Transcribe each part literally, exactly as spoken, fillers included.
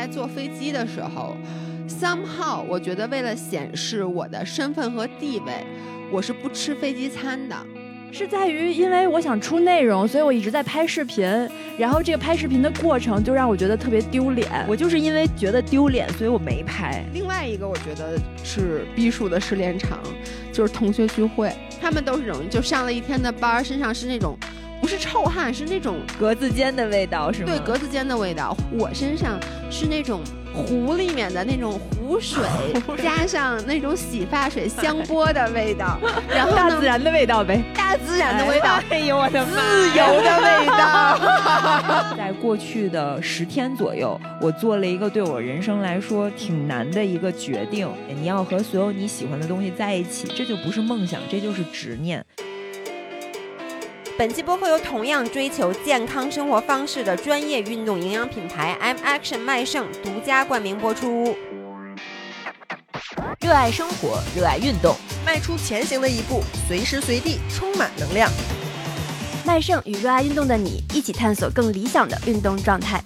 坐飞机的时候 somehow 我觉得为了显示我的身份和地位，我是不吃飞机餐的。 是在于因为我想出内容，所以我一直在拍视频，然后这个拍视频的过程就让我觉得特别丢脸。 我就是因为觉得丢脸，所以我没拍。 另外一个我觉得是逼数的失恋场，就是同学聚会，他们都是这种就上了一天的班，身上是那种不是臭汗，是那种格子间的味道，是吗？ 对，格子间的味道。我身上是那种湖里面的那种湖水加上那种洗发水香波的味道，然后大自然的味道呗， 大自然的味道。 哎呦我的妈， 自由的味道。 在过去的十天左右，我做了一个对我人生来说挺难的一个决定，你要和所有你喜欢的东西在一起，这就不是梦想，这就是执念。 本期播客由同样追求健康生活方式的专业运动营养品牌 M Action 麦盛独家冠名播出。 热爱生活，热爱运动， 迈出前行的一步，随时随地充满能量。 麦盛与热爱运动的你一起探索更理想的运动状态。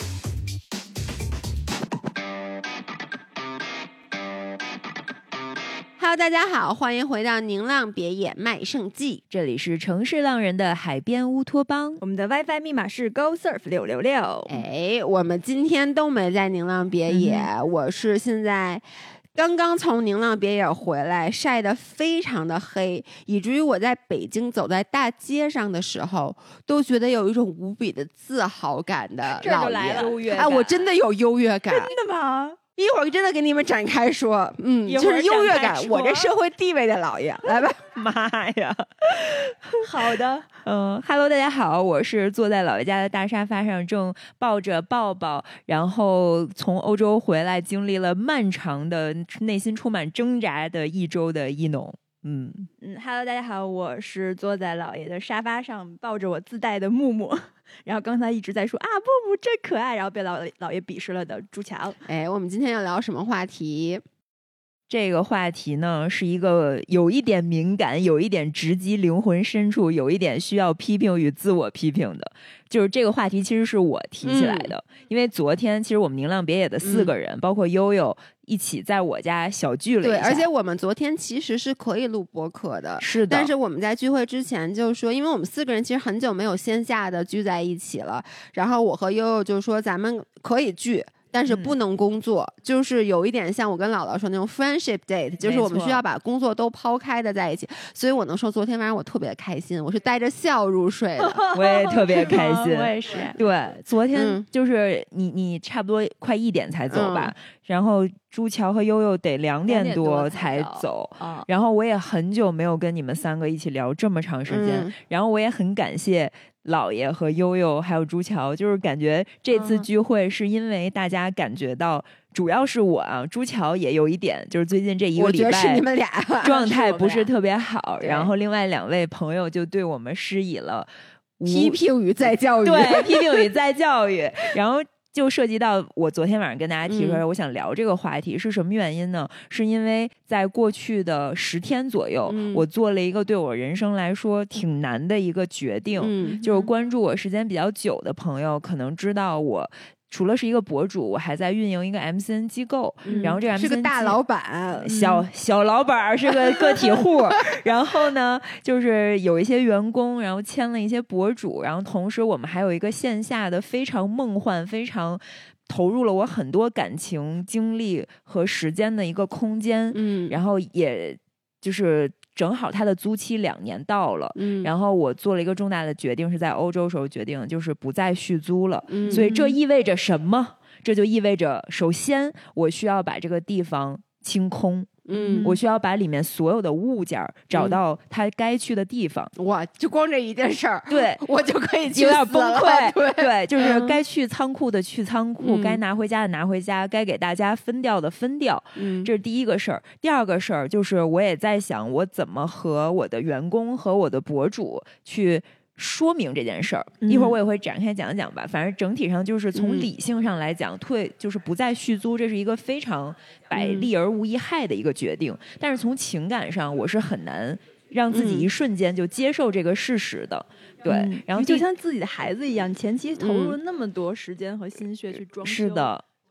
Hello， 大家好，欢迎回到宁浪别野麦盛记， 这里是城市浪人的海边乌托邦， 我们的 WiFi 密码是 Go Surf 六六六。 哎，我们今天都没在宁浪别野，嗯、我是现在刚刚从宁浪别野回来，晒得非常的黑，以至于我在北京走在大街上的时候，都觉得有一种无比的自豪感的老爷。 优越哎，我真的有优越感。 真的吗？ 一会儿真的给你们展开说，嗯，就是优越感，我这社会地位的老爷，来吧， 妈呀！好的，嗯 ，Hello， 大家好，我是坐在姥爷家的大沙发上，正抱着抱抱，然后从欧洲回来，经历了漫长的、内心充满挣扎的一周的一农。嗯嗯 ，Hello， 大家好，我是坐在姥爷的沙发上，抱着我自带的木木。然后刚才一直在说啊，木木真可爱，然后被老老爷鄙视了的朱乔。 哎，我们今天要聊什么话题？ 这个话题呢，是一个有一点敏感，有一点直击灵魂深处，有一点需要批评与自我批评的。就是这个话题其实是我提起来的，嗯、因为昨天其实我们宁浪别野的四个人，嗯、包括悠悠一起在我家小聚了一下。 对，而且我们昨天其实是可以录播客的， 是的。 但是我们在聚会之前就说，因为我们四个人其实很久没有线下的聚在一起了，然后我和悠悠就说咱们可以聚。但是不能工作、嗯、就是有一点像我跟姥姥说那种 friendship date， 就是我们需要把工作都抛开的在一起。所以我能说昨天晚上我特别开心，我是带着笑入睡的。 我也特别开心。 我也是。 对，昨天就是你你差不多快一点才走吧、嗯、然后朱乔和悠悠得两点多才走、嗯、然后我也很久没有跟你们三个一起聊这么长时间、嗯、然后我也很感谢姥爷和悠悠还有朱乔，就是感觉这次聚会是因为大家感觉到、嗯、主要是我啊，朱乔也有一点就是最近这一个礼拜我觉得是你们俩状态不是特别好，然后另外两位朋友就对我们施以了批评与再教育， 对，批评与再教育然后就涉及到我昨天晚上跟大家提出来我想聊这个话题、嗯、是什么原因呢？是因为在过去的十天左右、嗯、我做了一个对我人生来说挺难的一个决定、嗯、就是关注我时间比较久的朋友可能知道我除了是一个博主，我还在运营一个 M C N 机构、嗯、然后这个 M C N 是个大老板， 小小老板是个个体户然后呢就是有一些员工，然后签了一些博主，然后同时我们还有一个线下的非常梦幻非常投入了我很多感情精力和时间的一个空间，嗯，然后也就是正好他的租期两年到了、嗯、然后我做了一个重大的决定，是在欧洲时候决定，就是不再续租了、嗯、所以这意味着什么？这就意味着首先我需要把这个地方清空，嗯，我需要把里面所有的物件找到它该去的地方。 哇，就光这一件事儿， 对， 我就可以去有点崩溃。 对， 对，就是该去仓库的去仓库、嗯，该拿回家的拿回家，该给大家分掉的分掉。嗯，这是第一个事儿。第二个事儿就是我也在想，我怎么和我的员工和我的博主去说明这件事儿，一会儿我也会展开讲讲吧。反正整体上就是从理性上来讲，退就是不再续租，这是一个非常百利而无一害的一个决定。但是从情感上，我是很难让自己一瞬间就接受这个事实的。对，然后就像自己的孩子一样，前期投入了那么多时间和心血去装修。 是的。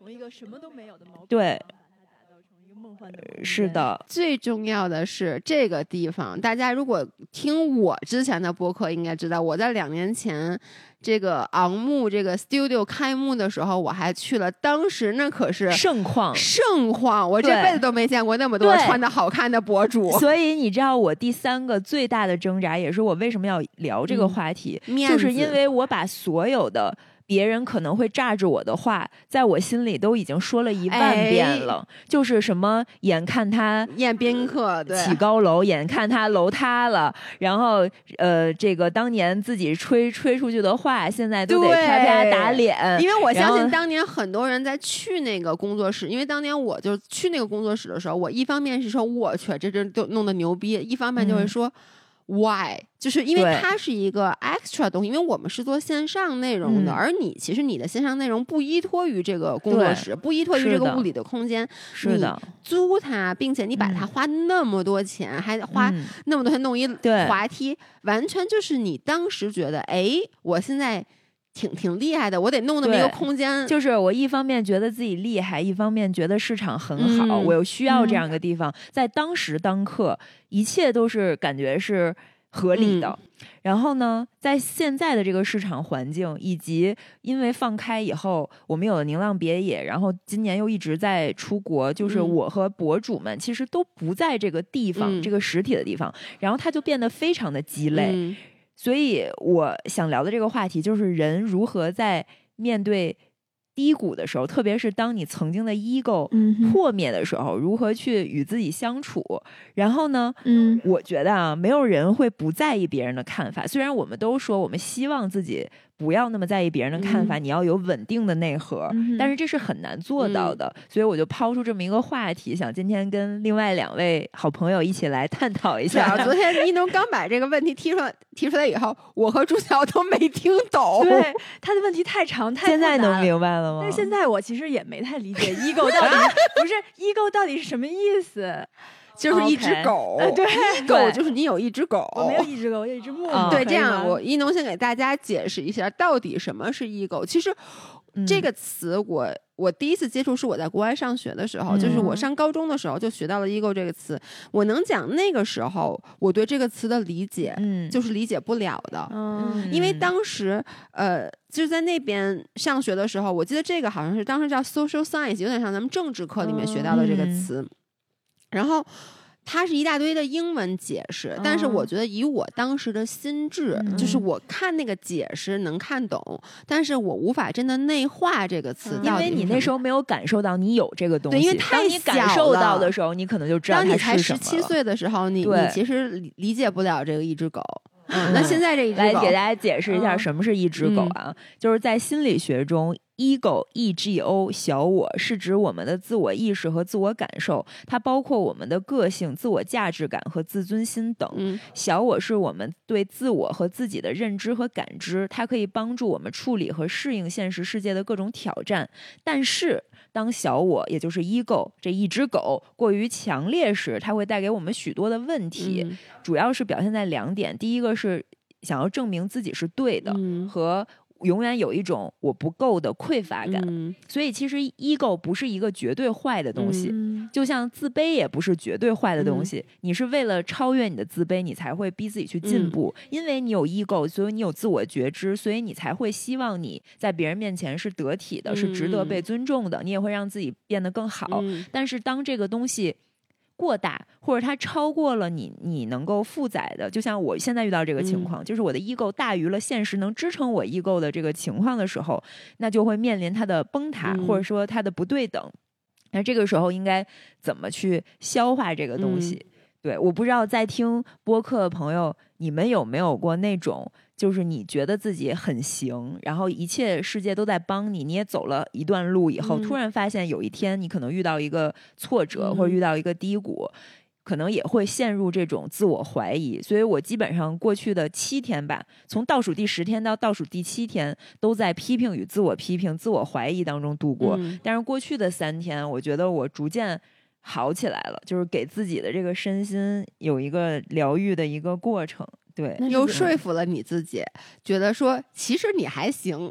从一个什么都没有的毛对， 梦幻的是的， 最重要的是这个地方，大家如果听我之前的播客，应该知道我在两年前这个昂木这个 studio 开幕的时候，我还去了，当时那可是盛况， 盛况，我这辈子都没见过那么多穿的好看的博主。 所以你知道我第三个最大的挣扎，也是我为什么要聊这个话题， 嗯、 就是因为我把所有的别人可能会炸着我的话，在我心里都已经说了一万遍了，哎、就是什么眼看他宴宾客对起高楼，眼看他楼塌了，然后呃，这个当年自己吹吹出去的话，现在都得啪啪打脸。 因为我相信当年很多人在去那个工作室，因为当年我就去那个工作室的时候，我一方面是说我去这这都弄得牛逼，一方面就会说。嗯Why？ 就是因为它是一个 extra 东西，因为我们是做线上内容的，嗯、而你其实你的线上内容不依托于这个工作室，不依托于这个物理的空间， 是的， 你租它，并且你把它花那么多钱，嗯、还花那么多钱弄一滑梯，完全就是你当时觉得，哎，我现在。挺挺厉害的，我得弄那么一个空间。 就是我一方面觉得自己厉害，一方面觉得市场很好， 嗯、 我又需要这样一个地方。嗯、在当时当刻，一切都是感觉是合理的。嗯、然后呢，在现在的这个市场环境，以及因为放开以后，我们有了宁浪别野，然后今年又一直在出国，就是我和博主们其实都不在这个地方，嗯、这个实体的地方，然后它就变得非常的鸡肋。嗯所以我想聊的这个话题就是人如何在面对低谷的时候，特别是当你曾经的 ego 破灭的时候，嗯、如何去与自己相处。然后呢，嗯，我觉得啊，没有人会不在意别人的看法。虽然我们都说我们希望自己不要那么在意别人的看法，嗯、你要有稳定的内核，嗯、但是这是很难做到的。嗯、所以我就抛出这么一个话题，想今天跟另外两位好朋友一起来探讨一下。 昨天一农刚把这个问题提出来提出来以后，我和朱晓都没听懂。 对，他的问题太长太现在能明白了吗？ 但是现在我其实也没太理解 ego 到底不是 ego 到底是什么意思。 就是一只狗， okay. 对， 狗就是你有一只狗， 我没有一只狗，我有一只木木。 对，这样我一农先给大家解释一下，到底什么是 ego。其实、嗯、这个词我我第一次接触是我在国外上学的时候，嗯、就是我上高中的时候就学到了 ego 这个词。我能讲那个时候我对这个词的理解，嗯，就是理解不了的，嗯，因为当时呃。就是在那边上学的时候，我记得这个好像是当时叫 social science， 有点像咱们政治课里面学到的这个词。嗯、然后它是一大堆的英文解释，嗯、但是我觉得以我当时的心智，嗯、就是我看那个解释能看懂，但是我无法真的内化这个词， 嗯、因为你那时候没有感受到你有这个东西。 对，因为太小了。当你感受到的时候，你可能就知道它是什么了。 当你才十七岁的时候，你你其实理解不了这个一只狗。嗯、那现在这一只狗， 来给大家解释一下什么是一只狗啊？嗯、就是在心理学中 ，ego E G O 小我是指我们的自我意识和自我感受，它包括我们的个性、自我价值感和自尊心等。嗯、小我是我们对自我和自己的认知和感知，它可以帮助我们处理和适应现实世界的各种挑战。但是当小我也就是 ego 这一只狗过于强烈时，它会带给我们许多的问题，嗯、主要是表现在两点。第一个是想要证明自己是对的，嗯、和永远有一种我不够的匮乏感。嗯、所以其实 ego 不是一个绝对坏的东西，嗯、就像自卑也不是绝对坏的东西，嗯、你是为了超越你的自卑，你才会逼自己去进步。嗯、因为你有 ego， 所以你有自我觉知，所以你才会希望你在别人面前是得体的，嗯、是值得被尊重的，你也会让自己变得更好。嗯、但是当这个东西过大，或者它超过了你你能够负载的，就像我现在遇到这个情况，嗯、就是我的 ego 大于了现实能支撑我 ego 的这个情况的时候，那就会面临它的崩塌，嗯、或者说它的不对等。那这个时候应该怎么去消化这个东西？嗯、对，我不知道在听播客的朋友，你们有没有过那种，就是你觉得自己很行，然后一切世界都在帮你，你也走了一段路以后，嗯、突然发现有一天你可能遇到一个挫折，嗯、或者遇到一个低谷，可能也会陷入这种自我怀疑。所以我基本上过去的七天吧，从倒数第十天到倒数第七天，都在批评与自我批评、自我怀疑当中度过。嗯、但是过去的三天，我觉得我逐渐好起来了，就是给自己的这个身心有一个疗愈的一个过程。对， 又说服了你自己，觉得说其实你还行，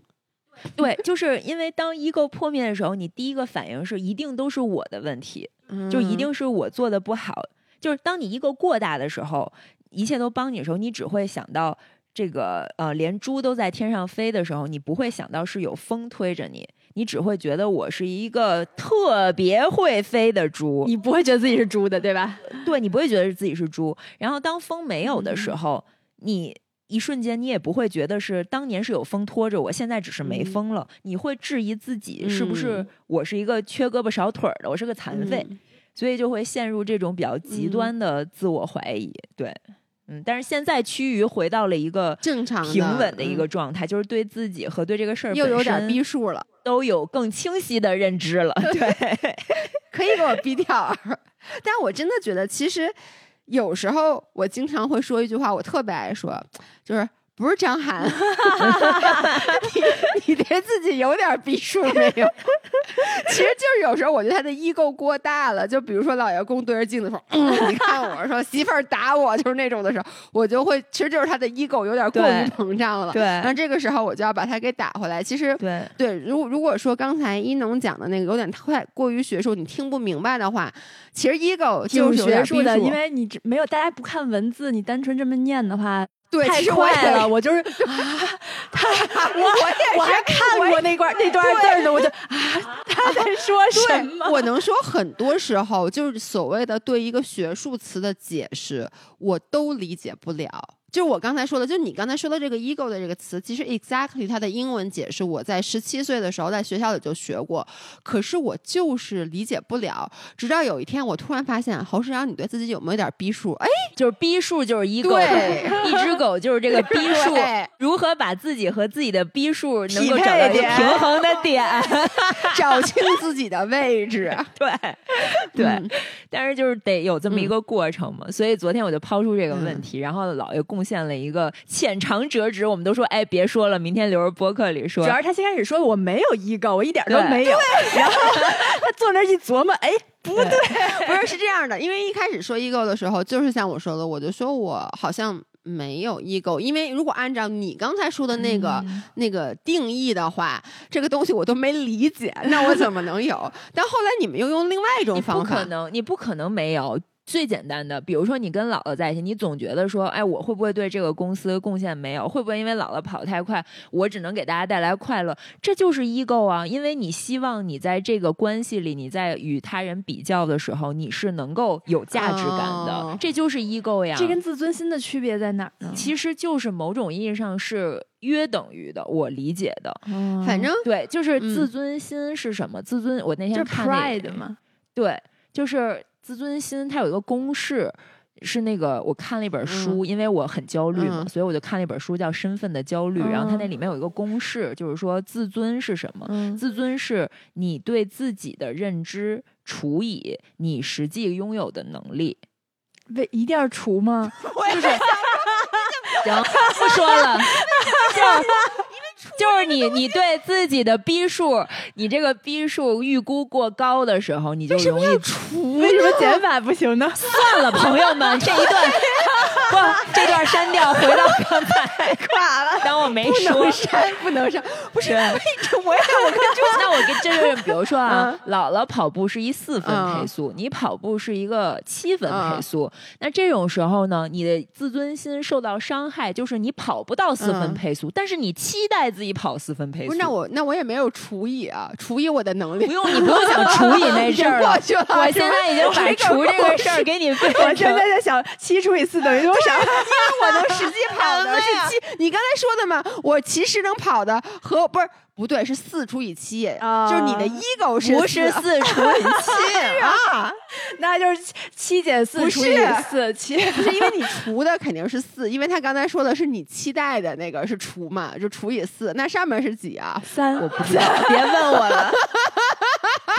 对，就是因为当 ego 破灭的时候，你第一个反应是一定都是我的问题， 嗯、 就一定是我做的不好。就是当你 ego 过大的时候，一切都帮你的时候，你只会想到这个呃，连猪都在天上飞的时候，你不会想到是有风推着你，你只会觉得我是一个特别会飞的猪， 你不会觉得自己是猪的，对吧？ 对，你不会觉得自己是猪。然后当风没有的时候，嗯、你一瞬间你也不会觉得是当年是有风拖着我，现在只是没风了，嗯、你会质疑自己是不是我是一个缺胳膊少腿的，我是个残废。嗯，所以就会陷入这种比较极端的自我怀疑。嗯、对，嗯，但是现在趋于回到了一个正常平稳的一个状态，嗯、就是对自己和对这个事儿又有点逼数了， 都有更清晰的认知了。对， 可以给我逼掉。但我真的觉得，其实有时候我经常会说一句话，我特别爱说，就是不是张涵，你你对自己有点逼数没有？其实就是有时候我觉得他的 ego 过大了，就比如说老爷公对着镜子说，嗯，你看我说媳妇儿打我，就是那种的时候，我就会其实就是他的 ego 有点过于膨胀了。 对， 那这个时候我就要把他给打回来。其实对对，如如果说刚才一农讲的那个有点太过于学术，你听不明白的话，其实 ego 就是有点学术的，因为你没有大家不看文字，你单纯这么念的话。 对， 太快了，我就是啊，他我我也我还看过那段那段字呢，我就啊，他在说什么？ 我能说很多时候就是所谓的对一个学术词的解释，我都理解不了。就我刚才说的，就你刚才说的这个 ego 的这个词，其实 exactly 它的英文解释我在十七岁的时候在学校里就学过，可是我就是理解不了。直到有一天我突然发现，侯世阳你对自己有没有点逼数？哎， 就是逼数就是 ego， 对， 一只狗就是这个逼数，如何把自己和自己的逼数能够找到一个平衡的点， 找清自己的位置。 对对、嗯，但是就是得有这么一个过程嘛。嗯、所以昨天我就抛出这个问题，嗯、然后老爷贡献了一个浅尝辄止，我们都说哎别说了，明天留着播客里说。 主要是他先开始说我没有 ego， 我一点都没有，然后他坐那儿一琢磨，哎不对， 不是是这样的，因为一开始说 ego 的时候，就是像我说的，我就说我好像没有 ego， 因为如果按照你刚才说的那个、嗯、那个定义的话，这个东西我都没理解，那我怎么能有？但后来你们又用另外一种方法， 你不可能，你不可能没有。最简单的，比如说你跟姥姥在一起，你总觉得说，哎，我会不会对这个公司贡献没有？会不会因为姥姥跑太快，我只能给大家带来快乐？这就是 ego 啊！因为你希望你在这个关系里，你在与他人比较的时候，你是能够有价值感的，哦、这就是 ego 呀。 这跟自尊心的区别在哪儿呢？ 其实就是某种意义上是约等于的，我理解的。 嗯、反正对，就是自尊心是什么？嗯、自尊，我那天看那个， pride 嘛， 对，就是。自尊心它有一个公式，是那个我看了一本书、嗯、因为我很焦虑嘛、嗯、所以我就看了一本书叫《身份的焦虑》、嗯、然后它那里面有一个公式，就是说自尊是什么、嗯、自尊是你对自己的认知除以你实际拥有的能力。 为一定要除吗？ 就是行不说了就就是你，你对自己的逼数，你这个逼数预估过高的时候，你就容易除。 为什么减法不行呢？ 算了，朋友们，这一段不，这段删掉，回到刚才垮了。 当我没说， 不能删，不能删，不是。我也我跟就那我跟这就是，比如说啊，嗯、姥姥跑步是一四分配速，嗯、你跑步是一个七分配速，嗯、那这种时候呢，你的自尊心受到伤害，就是你跑不到四分配速，嗯、但是你期待自己跑四分配速。 不是，那我那我也没有除以啊，除以我的能力。 不用，你不用想除以那事儿了。 了我现在已经把除这个事儿给你背成。 我现在在想七除以四等于多少？因为我能实际跑的是七。你刚才说的嘛，我其实能跑的和不是。不对，是四除以七，啊、就是你的 ego 是不是四除以七啊？那就是七减四除以四，七不是因为你除的肯定是四，因为他刚才说的是你期待的那个是除嘛，就除以四，那上面是几啊？ 三， 我不知道，别问我了。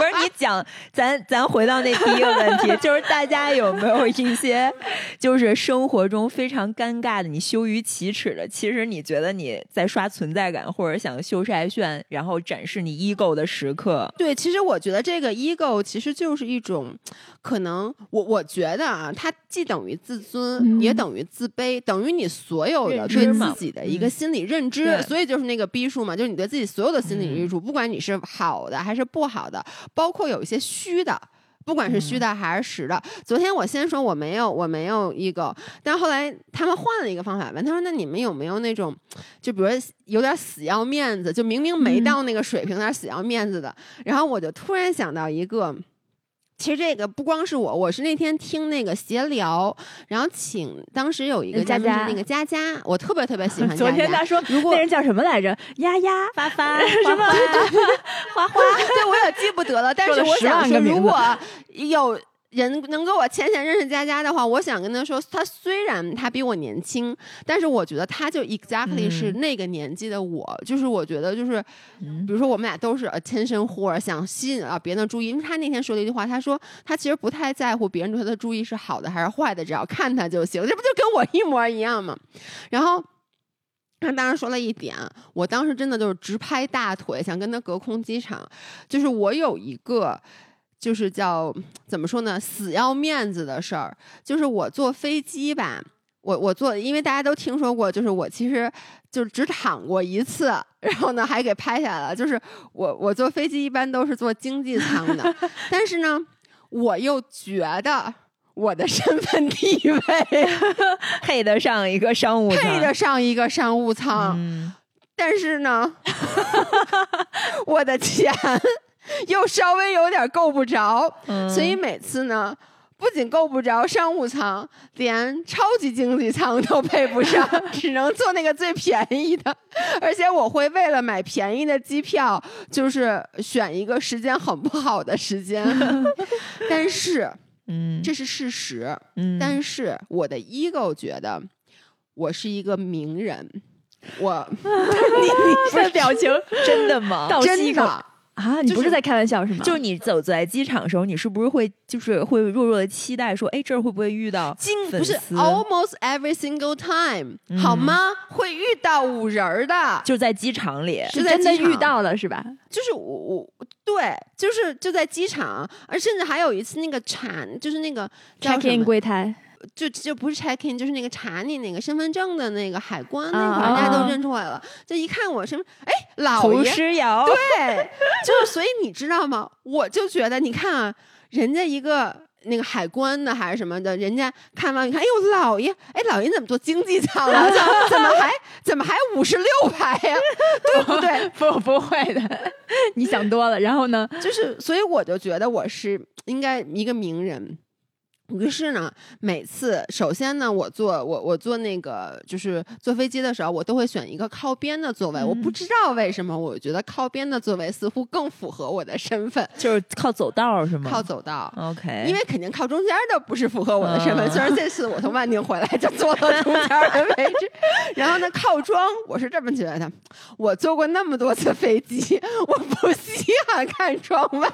不是你讲，咱咱回到那第一个问题，就是大家有没有一些就是生活中非常尴尬的，你羞于启齿的，其实你觉得你在刷存在感或者想秀晒炫，然后展示你 ego 的时刻？ 对，其实我觉得这个 ego 其实就是一种，可能我我觉得啊，它既等于自尊，嗯、也等于自卑，等于你所有的对自己的一个心理认知，嗯、所以就是那个逼数嘛，就是你对自己所有的心理认知，嗯、不管你是好的还是不好的，包括有一些虚的。不管是虚的还是实的、嗯、昨天我先说我没有我没有 ego， 但后来他们换了一个方法问，他说那你们有没有那种就比如有点死要面子，就明明没到那个水平，有点死要面子的、嗯、然后我就突然想到一个，其实这个不光是我，我是那天听那个闲聊，然后请当时有一个佳佳， 那个佳佳，我特别特别喜欢佳佳。 昨天他说，如果那人叫什么来着？丫丫、 发发、 什么花花，对我也记不得了。但是我想说，如果有人能跟我浅浅认识佳佳的话，我想跟他说，他虽然他比我年轻，但是我觉得他就 exactly 是那个年纪的我，嗯、就是我觉得就是，比如说我们俩都是 attention whore， 想吸引到别人的注意。因为他那天说了一句话，他说他其实不太在乎别人对他的注意是好的还是坏的，只要看他就行。这不就跟我一模一样吗？然后他当时说了一点，我当时真的就是直拍大腿，想跟他隔空机场。就是我有一个。就是叫怎么说呢，死要面子的事儿。就是我坐飞机吧，我我坐，因为大家都听说过，就是我其实就只躺过一次，然后呢还给拍下来了。就是我我坐飞机一般都是坐经济舱的，但是呢，我又觉得我的身份地位配得上一个商务舱， 配得上一个商务舱，嗯、但是呢，我的钱。又稍微有点够不着、嗯、所以每次呢不仅够不着商务舱，连超级经济舱都配不上，只能坐那个最便宜的。而且我会为了买便宜的机票，就是选一个时间很不好的时间。但是嗯，这是事实、嗯、但是我的 ego 觉得我是一个名人。我你你这表情真的吗？ 真的啊，你不是在开玩笑是吗？ 就是你走在机场的时候，你是不是会就是会弱弱的期待说，哎，这儿会不会遇到粉丝？ 不是 almost every single time、嗯、好吗？会遇到五人的， 就在机场里， 是真的遇到了是吧？ 就是我我对，就是就在机场，而甚至还有一次那个查，就是那个 check in 柜台。 就就不是 check in， 就是那个查你那个身份证的那个海关那块、啊，大家都认出来了。就一看我身份，哎，老爷， 侯诗瑶， 对，就是所以你知道吗？我就觉得，你看啊，人家一个那个海关的还是什么的，人家看完你看，哎呦，老爷，哎，老爷怎么坐经济舱了？怎么还怎么还五十六排呀、啊？对不对？ 不不会的，你想多了。然后呢， 就是所以我就觉得我是应该一个名人。于是呢，每次首先呢，我坐我我坐那个就是坐飞机的时候，我都会选一个靠边的座位、嗯。我不知道为什么，我觉得靠边的座位似乎更符合我的身份， 就是靠走道是吗？ 靠走道 ，OK。 因为肯定靠中间的不是符合我的身份。嗯、虽然这次我从万宁回来就坐到中间的位置，然后呢，靠窗我是这么觉得，我坐过那么多次飞机，我不稀罕看窗外，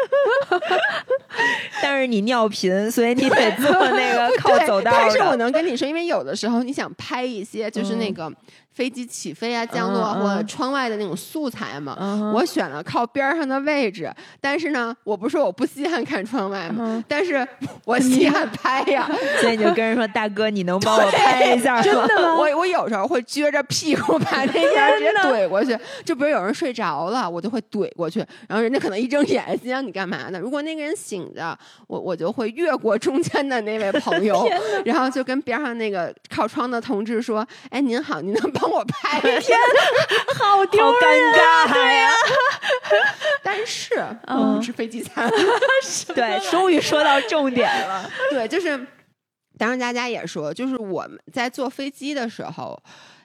但是你尿频，所以你。得坐那个靠走道的。 但是我能跟你说，因为有的时候你想拍一些就是那个飞机起飞啊、降落、啊嗯、或者窗外的那种素材嘛、嗯，我选了靠边上的位置。但是呢，我不是说我不稀罕看窗外嘛，嗯、但是我稀罕拍呀。 所以你就跟人说：“大哥，你能帮我拍一下吗？” 真的吗？ 我我有时候会撅着屁股把那边直接怼过去。就比如有人睡着了，我就会怼过去，然后人家可能一睁眼心想你干嘛呢？如果那个人醒着，我我就会越过中间的那位朋友，然后就跟边上那个靠窗的同志说：“哎，您好，您能帮我拍一下？” 好丢人、啊， 好尴尬呀！ 但是我不吃飞机餐， 对，终于说到重点了。 对，就是，当然佳佳也说，就是我们在坐飞机的时候。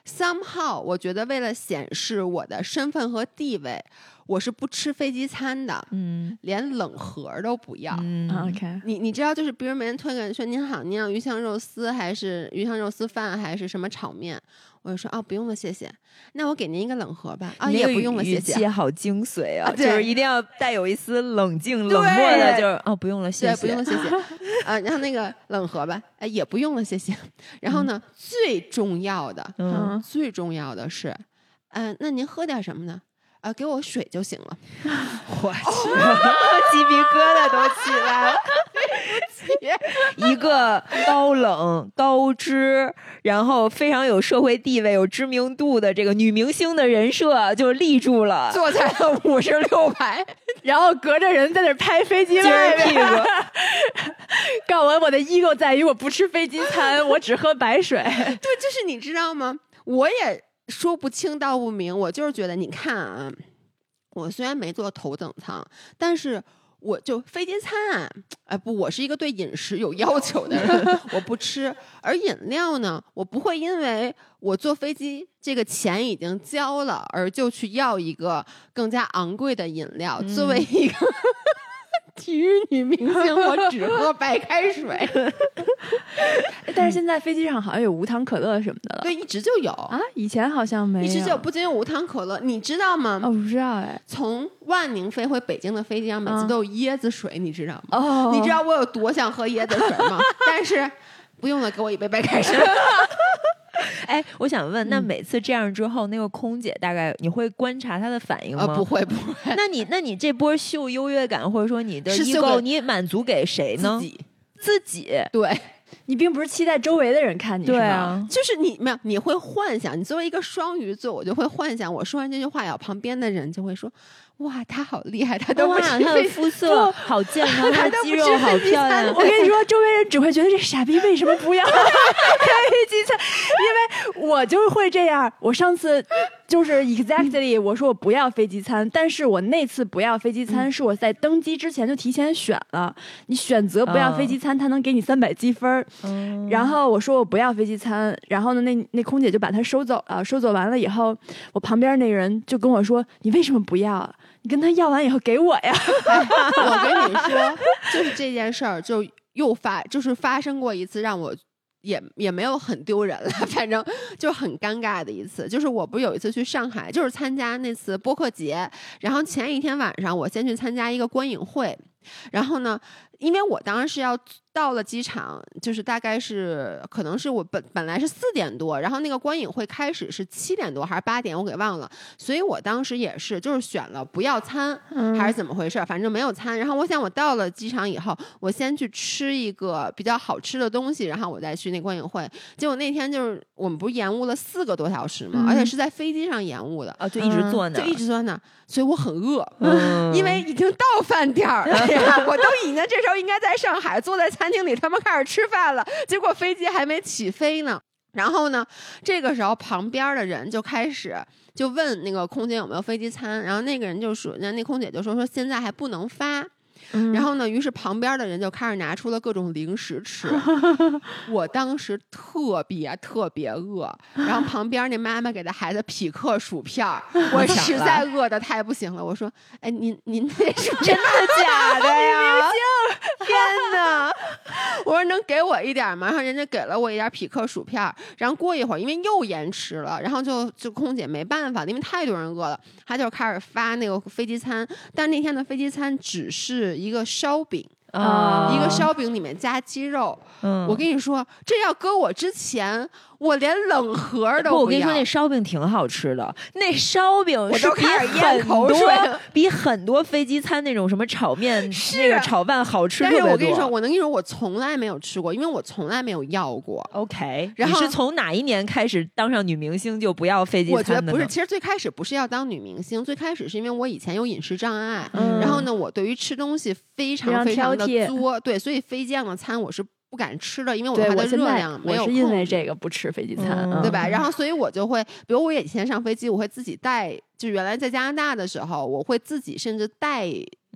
somehow 我觉得为了显示我的身份和地位，我是不吃飞机餐的， 嗯， 连冷盒都不要。 嗯 OK， 你你知道，就是比如别人推给说您好，您要鱼香肉丝还是鱼香肉丝饭还是什么炒面，我就说啊不用了谢谢，那我给您一个冷盒吧，啊也不用了谢谢。 语气好精髓啊， 啊就是一定要带有一丝冷静冷漠的，就是哦不用了谢谢， 对，不用了谢谢。啊，然后那个冷盒吧，哎也不用了谢谢。然后呢，嗯、最重要的， 嗯， 最重要的是，嗯、呃，那您喝点什么呢？啊，给我水就行了。 我去，鸡皮疙瘩都起来了。一个高冷高知，然后非常有社会地位、有知名度的这个女明星的人设就立住了， 坐在了五十六排， 然后隔着人在那拍飞机外屁股。 告我我的 ego 在于我不吃飞机餐，我只喝白水。 对，就是你知道吗？我也说不清道不明，我就是觉得，你看啊，我虽然没坐头等舱，但是我就飞机餐啊，哎不，我是一个对饮食有要求的人，我不吃。而饮料呢，我不会因为我坐飞机这个钱已经交了，而就去要一个更加昂贵的饮料。嗯、作为一个体育女明星，我只喝白开水。 但是现在飞机上好像有无糖可乐什么的了。 对，一直就有啊，以前好像没有。 一直就有，不仅有无糖可乐，你知道吗？ 哦，不知道哎。 从万宁飞回北京的飞机上，每次都有椰子水，嗯、你知道吗？ 哦， 你知道我有多想喝椰子水吗？但是不用了，给我一杯白开水。 哎，我想问，那每次这样之后，嗯、那个空姐大概你会观察她的反应吗？ 呃、不会，不会。 那你那你这波秀优越感，或者说你的 ego， 你满足给谁呢？ 自己， 自己。 对， 你并不是期待周围的人看你， 对啊， 就是你没有，你会幻想。你作为一个双鱼座，我就会幻想，我说完这句话，然后旁边的人就会说。哇，他好厉害，他都不吃他的肤色好健康，他的肌肉好漂亮。 我跟你说，周围人只会觉得这傻逼为什么不要飞机餐？因为我就会这样。我上次就是 exactly 我说我不要飞机餐，但是我那次不要飞机餐是我在登机之前就提前选了。你选择不要飞机餐，他能给你三百积分。嗯、然后我说我不要飞机餐，然后呢，那那空姐就把它收走了。收走完了以后，我旁边那个人就跟我说：“你为什么不要？”你跟他要完以后给我呀！ 哎、我跟你说，就是这件事儿，就又发，就是发生过一次，让我也也没有很丢人了，反正就很尴尬的一次。就是我不是有一次去上海，就是参加那次播客节，然后前一天晚上我先去参加一个观影会，然后呢，因为我当时是要到了机场，就是大概是可能是我本本来是四点多，然后那个观影会开始是七点多还是八点，我给忘了，所以我当时也是就是选了不要餐、嗯、还是怎么回事，反正没有餐。然后我想我到了机场以后，我先去吃一个比较好吃的东西，然后我再去那观影会。结果那天就是我们不是延误了四个多小时嘛、嗯，而且是在飞机上延误的， 啊，就一直坐那、 嗯，就一直坐那，所以我很饿， 嗯、 因为已经到饭点儿了，我都已经这时候应该在上海坐在餐厅里，他们开始吃饭了，结果飞机还没起飞呢。然后呢，这个时候旁边的人就开始就问那个空姐有没有飞机餐，然后那个人就说，那那空姐就说说现在还不能发。嗯、然后呢，于是旁边的人就开始拿出了各种零食吃。我当时特别特别饿，然后旁边那妈妈给的孩子匹克薯片，我实在饿的太不行了。我说：“哎，您您那是真的假的呀？”天哪！我说能给我一点吗？然后人家给了我一点匹克薯片，然后过一会儿因为又延迟了，然后就就空姐没办法，因为太多人饿了，她就开始发那个飞机餐，但那天的飞机餐只是一个烧饼。 啊、 uh, 一个烧饼里面加鸡肉、嗯、我跟你说这要搁我之前我连冷盒都不要。 我跟你说那烧饼挺好吃的，那烧饼我都开始咽口水， 比很多飞机餐那种什么炒面那个炒饭好吃特别多。 但是我跟你说我能跟你说我从来没有吃过，因为我从来没有要过。 OK， 然后你是从哪一年开始当上女明星就不要飞机餐的呢？ 我觉得不是，其实最开始不是要当女明星，最开始是因为我以前有饮食障碍、嗯、然后呢我对于吃东西非常非常的作，对，所以飞机上的餐我是不敢吃的，因为我它的热量没有控制。 我是因为这个不吃飞机餐、 嗯、对吧？然后所以我就会，比如我以前上飞机我会自己带，就原来在加拿大的时候我会自己甚至带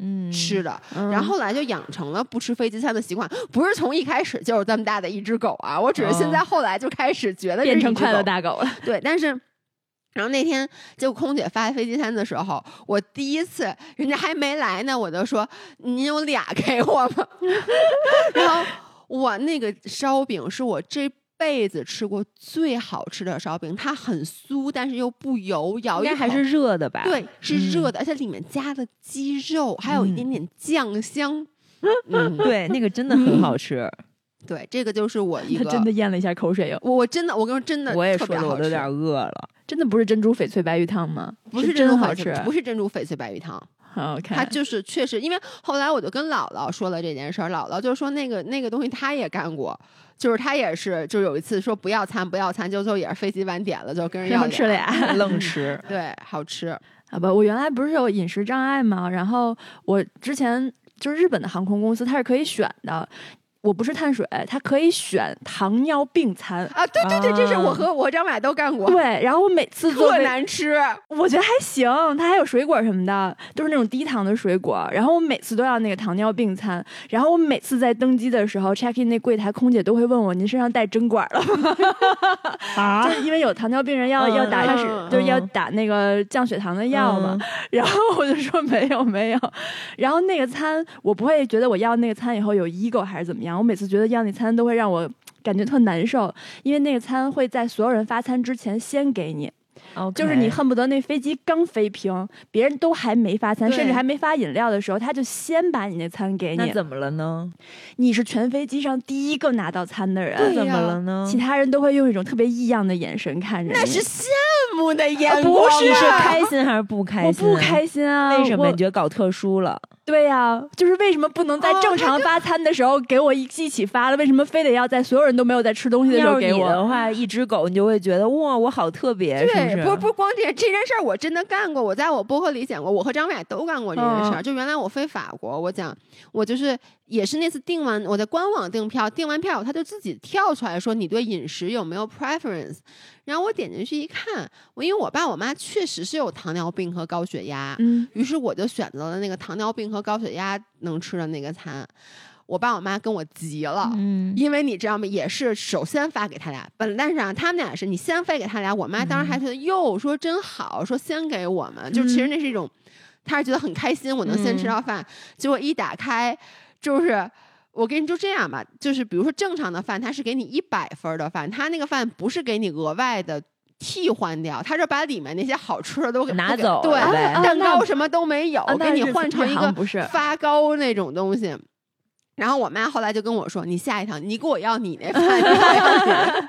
嗯吃的， 嗯然后后来就养成了不吃飞机餐的习惯。不是从一开始就是这么大的一只狗啊，我只是现在后来就开始觉得变成这是一只狗快乐大狗了。 对，但是。然后那天就空姐发飞机餐的时候，我第一次人家还没来呢，我就说您有俩给我吗？然后我那个烧饼是我这辈子吃过最好吃的烧饼，它很酥，但是又不油，咬一口应该还是热的吧？ 对，是嗯热的，而且里面加的鸡肉，还有一点点酱香。嗯， 对，那个真的很好吃。 对，这个就是我一他个真的咽了一下口水哟， 我我真的，我跟你说真的， 我也说的， 特别好吃我都有点饿了。 真的不是珍珠翡翠白鱼汤吗？ 不是珍真好吃珠翡翠，，不是珍珠翡翠白鱼汤。 好看。 他就是确实，因为后来我就跟姥姥说了这件事儿，姥姥就说那个那个东西他也干过，就是他也是，就有一次说不要餐不要餐，就最后也是飞机晚点了，就跟人要然后吃俩， 愣吃。 对，好吃。 好吧，我原来不是有饮食障碍吗？然后我之前就是日本的航空公司，它是可以选的。我不是碳水，它可以选糖尿病餐啊！对对对， 啊这是我和我和张伟都干过。 对，然后我每次做特难吃， 我觉得还行，它还有水果什么的，都是那种低糖的水果。然后我每次都要那个糖尿病餐，然后我每次在登机的时候 check in 那柜台空姐都会问我：“您身上带针管了吗？” 啊就是因为有糖尿病人要、 嗯要打， 开始就是要打那个降血糖的药嘛。 嗯然后我就说没有没有。然后那个餐我不会觉得我要那个餐以后有 ego 还是怎么样，我每次觉得要那餐都会让我感觉特难受，因为那个餐会在所有人发餐之前先给你。 OK 就是你恨不得那飞机刚飞平，别人都还没发餐， 对甚至还没发饮料的时候，他就先把你那餐给你。 那怎么了呢？ 你是全飞机上第一个拿到餐的人， 对呀怎么了呢？ 其他人都会用一种特别异样的眼神看着你。 那是羡慕的眼啊不光啊。 是你是开心还是不开心？ 我不开心啊！ 为什么？ 我你觉得搞特殊了？ 对呀、啊，就是为什么不能在正常发餐的时候给我一一起发了？为什么非得要在所有人都没有在吃东西的时候给要是你的我？ 话，一只狗你就会觉得哇，我好特别，是对， 不是？ 不不光这这件事儿，我真的干过。我在我播客里讲过，我和张伟都干过这件事儿。 嗯就原来我飞法国，我讲我就是也是那次订完我在官网订票，订完票他就自己跳出来说你对饮食有没有 preference。然后我点进去一看，我因为我爸我妈确实是有糖尿病和高血压， 嗯， 于是我就选择了那个糖尿病和高血压能吃的那个餐。我爸我妈跟我急了， 嗯， 因为你知道吗？也是首先发给他俩，本来是啊，他们俩是你先发给他俩，我妈当时还觉得哟，说真好，说先给我们，就其实那是一种，他是觉得很开心，我能先吃到饭。结果一打开，就是我跟你就这样吧，就是比如说正常的饭，它是给你一百分的饭，他那个饭不是给你额外的替换掉，他是把里面那些好吃的都给拿走对， 了呗啊蛋糕那什么都没有， 啊那给你日换成一个日航不是发糕那种东西。然后我妈后来就跟我说：“你下一趟你给我要你那饭。你还要你的”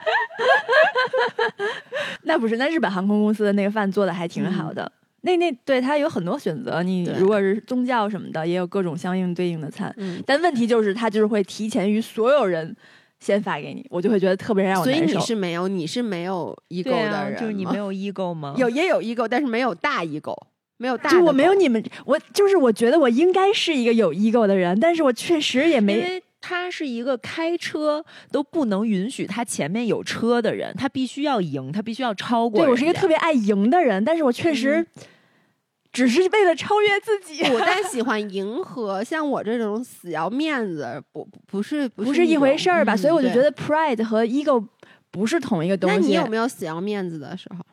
那不是，那日本航空公司的那个饭做的还挺好的。那那对它有很多选择，你对如果是宗教什么的，也有各种相应对应的餐。 嗯， 但问题就是，它就是会提前于所有人先发给你，我就会觉得特别让我所以你难受。 是没有，你是没有 ego 对啊， 的人吗， 就是你没有 ego 吗？ 有也有 ego，但是没有大 ego，没有大的狗。 就我没有你们，我就是我觉得我应该是一个有 ego 的人，但是我确实也因没。 为他是一个开车都不能允许他前面有车的人，他必须要赢，他必须要超过人家。 对我是一个特别爱赢的人，但是我确实只是为了超越自己。 我但喜欢迎合，像我这种死要面子，不不是不不是一回事儿吧？ 嗯对所以我就觉得 pride 和 ego 不是同一个东西。 那你有没有死要面子的时候？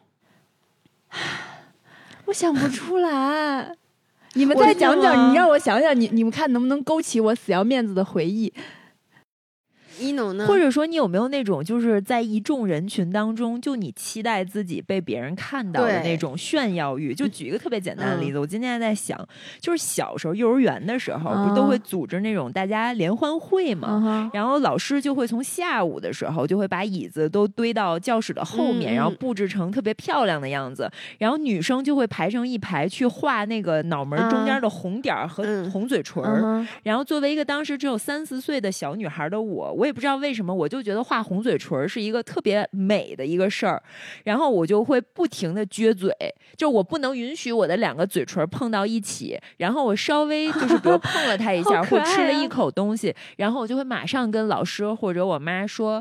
我想不出来。你们我再讲讲， 是吗你让我想想，你你们看能不能勾起我死要面子的回忆？ 一农呢？ 或者说，你有没有那种就是在一众人群当中，就你期待自己被别人看到的对那种炫耀欲？就举一个特别简单的例子， 嗯我今天还在想，就是小时候幼儿园的时候，不是都会组织那种大家联欢会吗？ 嗯哼， 然后老师就会从下午的时候就会把椅子都堆到教室的后面， 嗯嗯然后布置成特别漂亮的样子，然后女生就会排成一排去画那个脑门中间的红点儿和嗯红嘴唇儿。 嗯哼， 然后作为一个当时只有三四岁的小女孩的我，我也不知道为什么，我就觉得画红嘴唇是一个特别美的一个事儿，然后我就会不停的撅嘴，就我不能允许我的两个嘴唇碰到一起，然后我稍微就是比如碰了它一下， 好可爱啊或吃了一口东西，然后我就会马上跟老师或者我妈说。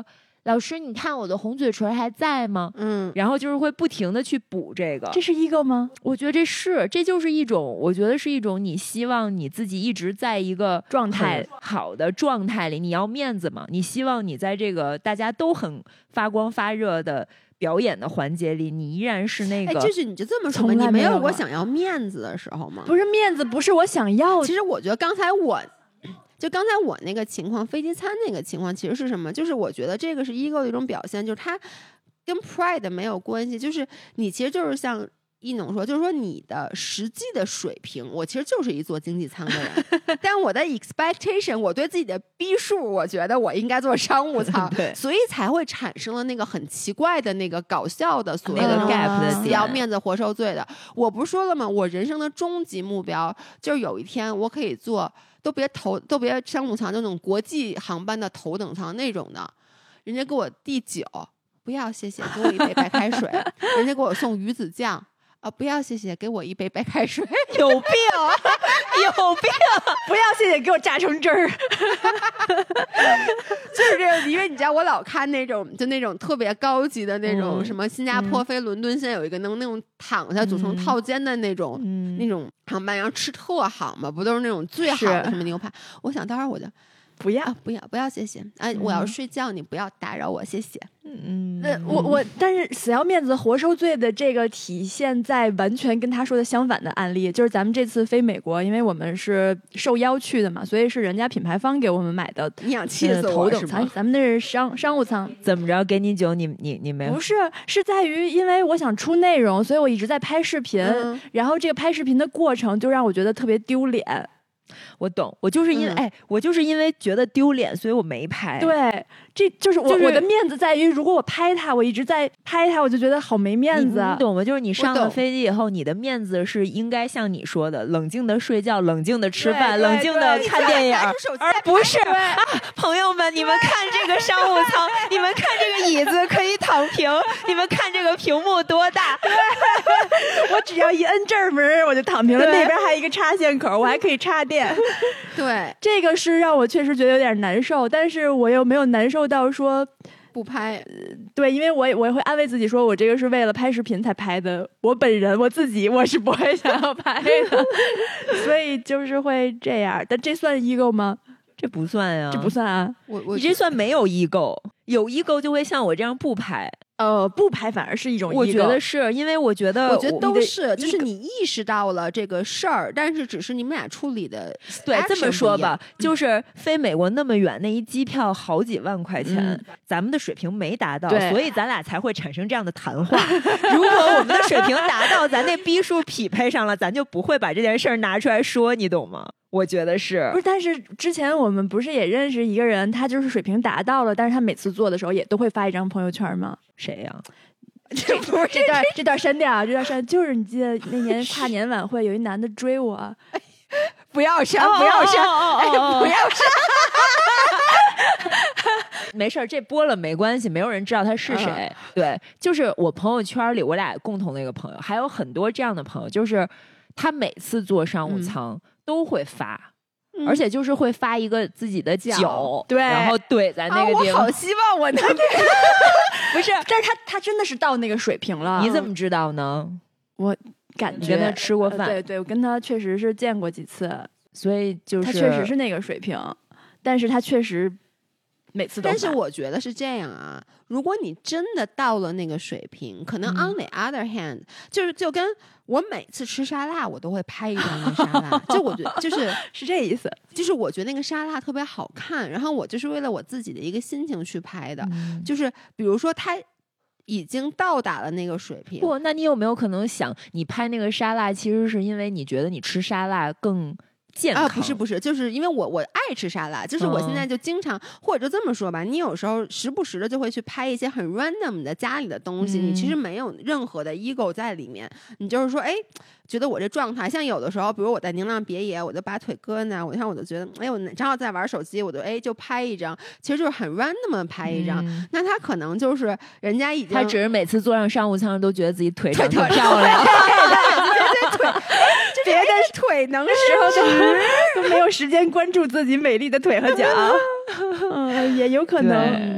老师你看我的红嘴唇还在吗？ 嗯， 然后就是会不停的去补这个。 这是 ego 吗？ 我觉得这是，这就是一种，我觉得是一种你希望你自己一直在一个状态很好的状态里，你要面子嘛，你希望你在这个大家都很发光发热的表演的环节里，你依然是那个。 哎，就是你就这么说吧， 从来你没没有过有过想要面子的时候吗？ 不是面子，不是我想要。 其实我觉得刚才我。就刚才我那个情况，飞机餐那个情况其实是什么？就是我觉得这个是 ego 的一种表现，就是它跟 pride 没有关系。就是你其实就是像一农说，就是说你的实际的水平，我其实就是一做经济舱的人，但我的 expectation， 我对自己的逼数，我觉得我应该做商务舱，所以才会产生了那个很奇怪的那个搞笑的所谓的 gap 的死要面子活受罪的。我不是说了吗？我人生的终极目标就是有一天我可以做。都别头都别商务舱，那种国际航班的头等舱那种的，人家给我递酒，不要谢谢，给我一杯白开水。人家给我送鱼子酱啊，不要谢谢，给我一杯白开水。 有病啊！有病！ 不要谢谢，给我榨成汁儿。 就是这样，因为你知道我老看那种就那种特别高级的那种、嗯、什么新加坡飞伦敦，现在有一个能那种躺下组成套间的那种、嗯、那种航班，然后吃特好嘛，不都是那种最好的什么牛排？我想待会儿我就不要、 啊、不要不要谢谢，哎、嗯，我要睡觉，你不要打扰我，谢谢。 嗯，那我我但是死要面子活受罪的这个体现在完全跟他说的相反的案例，就是咱们这次飞美国，因为我们是受邀去的嘛，所以是人家品牌方给我们买的。 你想气死我头等舱，咱们那是商商务舱。 怎么着？给你酒，你你你没有？ 不是，是在于因为我想出内容，所以我一直在拍视频，嗯、然后这个拍视频的过程就让我觉得特别丢脸。 我懂，我就是因为、嗯、哎，我就是因为觉得丢脸，所以我没拍。 对，这就是我、就是、我的面子在于，如果我拍他，我一直在拍他，我就觉得好没面子。 你, 你懂吗？就是你上了飞机以后，你的面子是应该像你说的，冷静的睡觉，冷静的吃饭，冷静的看电影，而不是啊，朋友们，你们看这个商务舱，你们看这个椅子可以躺平，你们看这个屏幕多大？ 我只要一摁这儿门，我就躺平了。那边还有一个插线口，我还可以插电。 对， 这个是让我确实觉得有点难受，但是我又没有难受到说不拍。 呃、对，因为我我会安慰自己说，我这个是为了拍视频才拍的，我本人我自己我是不会想要拍的，所以就是会这样。但这算 ego 吗？ 这不算呀、啊， 这不算啊。 我我你这算没有 ego， 有 ego 就会像我这样不拍。 呃，不拍反而是一种 ego， 我觉得是因为我觉得， 我觉得都是，就是你意识到了这个事儿，但是只是你们俩处理的对。这么说吧，就是飞美国那么远，那一机票好几万块钱，嗯、咱们的水平没达到，所以咱俩才会产生这样的谈话。如果我们的水平达到，咱那逼数匹配上了，咱就不会把这件事儿拿出来说，你懂吗？我觉得是， 不是？但是之前我们不是也认识一个人，他就是水平达到了，但是他每次做的时候也都会发一张朋友圈吗？ 谁呀、啊？ 这不是这段这段删掉，这段删。就是你记得那年跨年晚会，有一男的追我， 不要删，不要删，哎，不要删。 没事儿，这播了没关系，没有人知道他是谁。嗯、对，就是我朋友圈里我俩共同的一个朋友，还有很多这样的朋友，就是他每次坐商务舱。嗯都会发、嗯，而且就是会发一个自己的脚， 对， 然后怼在那个地方。 啊、我好希望我能不是，但是他他真的是到那个水平了。 你怎么知道呢？ 我感觉你跟他吃过饭， 呃、对对，我跟他确实是见过几次， 所以就是他确实是那个水平，但是他确实每次都。 但是我觉得是这样啊，如果你真的到了那个水平，可能 on the other hand，、嗯、就是就跟。我每次吃沙拉，我都会拍一张那沙拉，就我觉得就是是这意思， 就是我觉得那个沙拉特别好看，然后我就是为了我自己的一个心情去拍的，嗯、就是比如说他已经到达了那个水平。 不，那你有没有可能想，你拍那个沙拉，其实是因为你觉得你吃沙拉更健康？ 啊，不是不是，就是因为我我爱吃沙拉，就是我现在就经常，嗯、或者就这么说吧，你有时候时不时的就会去拍一些很 random 的家里的东西，嗯、你其实没有任何的 ego 在里面，你就是说，哎，觉得我这状态，像有的时候，比如我在宁浪别野，我就把腿搁那，我像我就觉得，哎，我正好在玩手机，我就哎就拍一张，其实就是很 random 的拍一张，嗯、那他可能就是人家已经， 他只是每次坐上商务舱都觉得自己腿长得漂亮， 对对腿。别的腿能时候都都没有时间关注自己美丽的腿和脚，嗯，也有可能。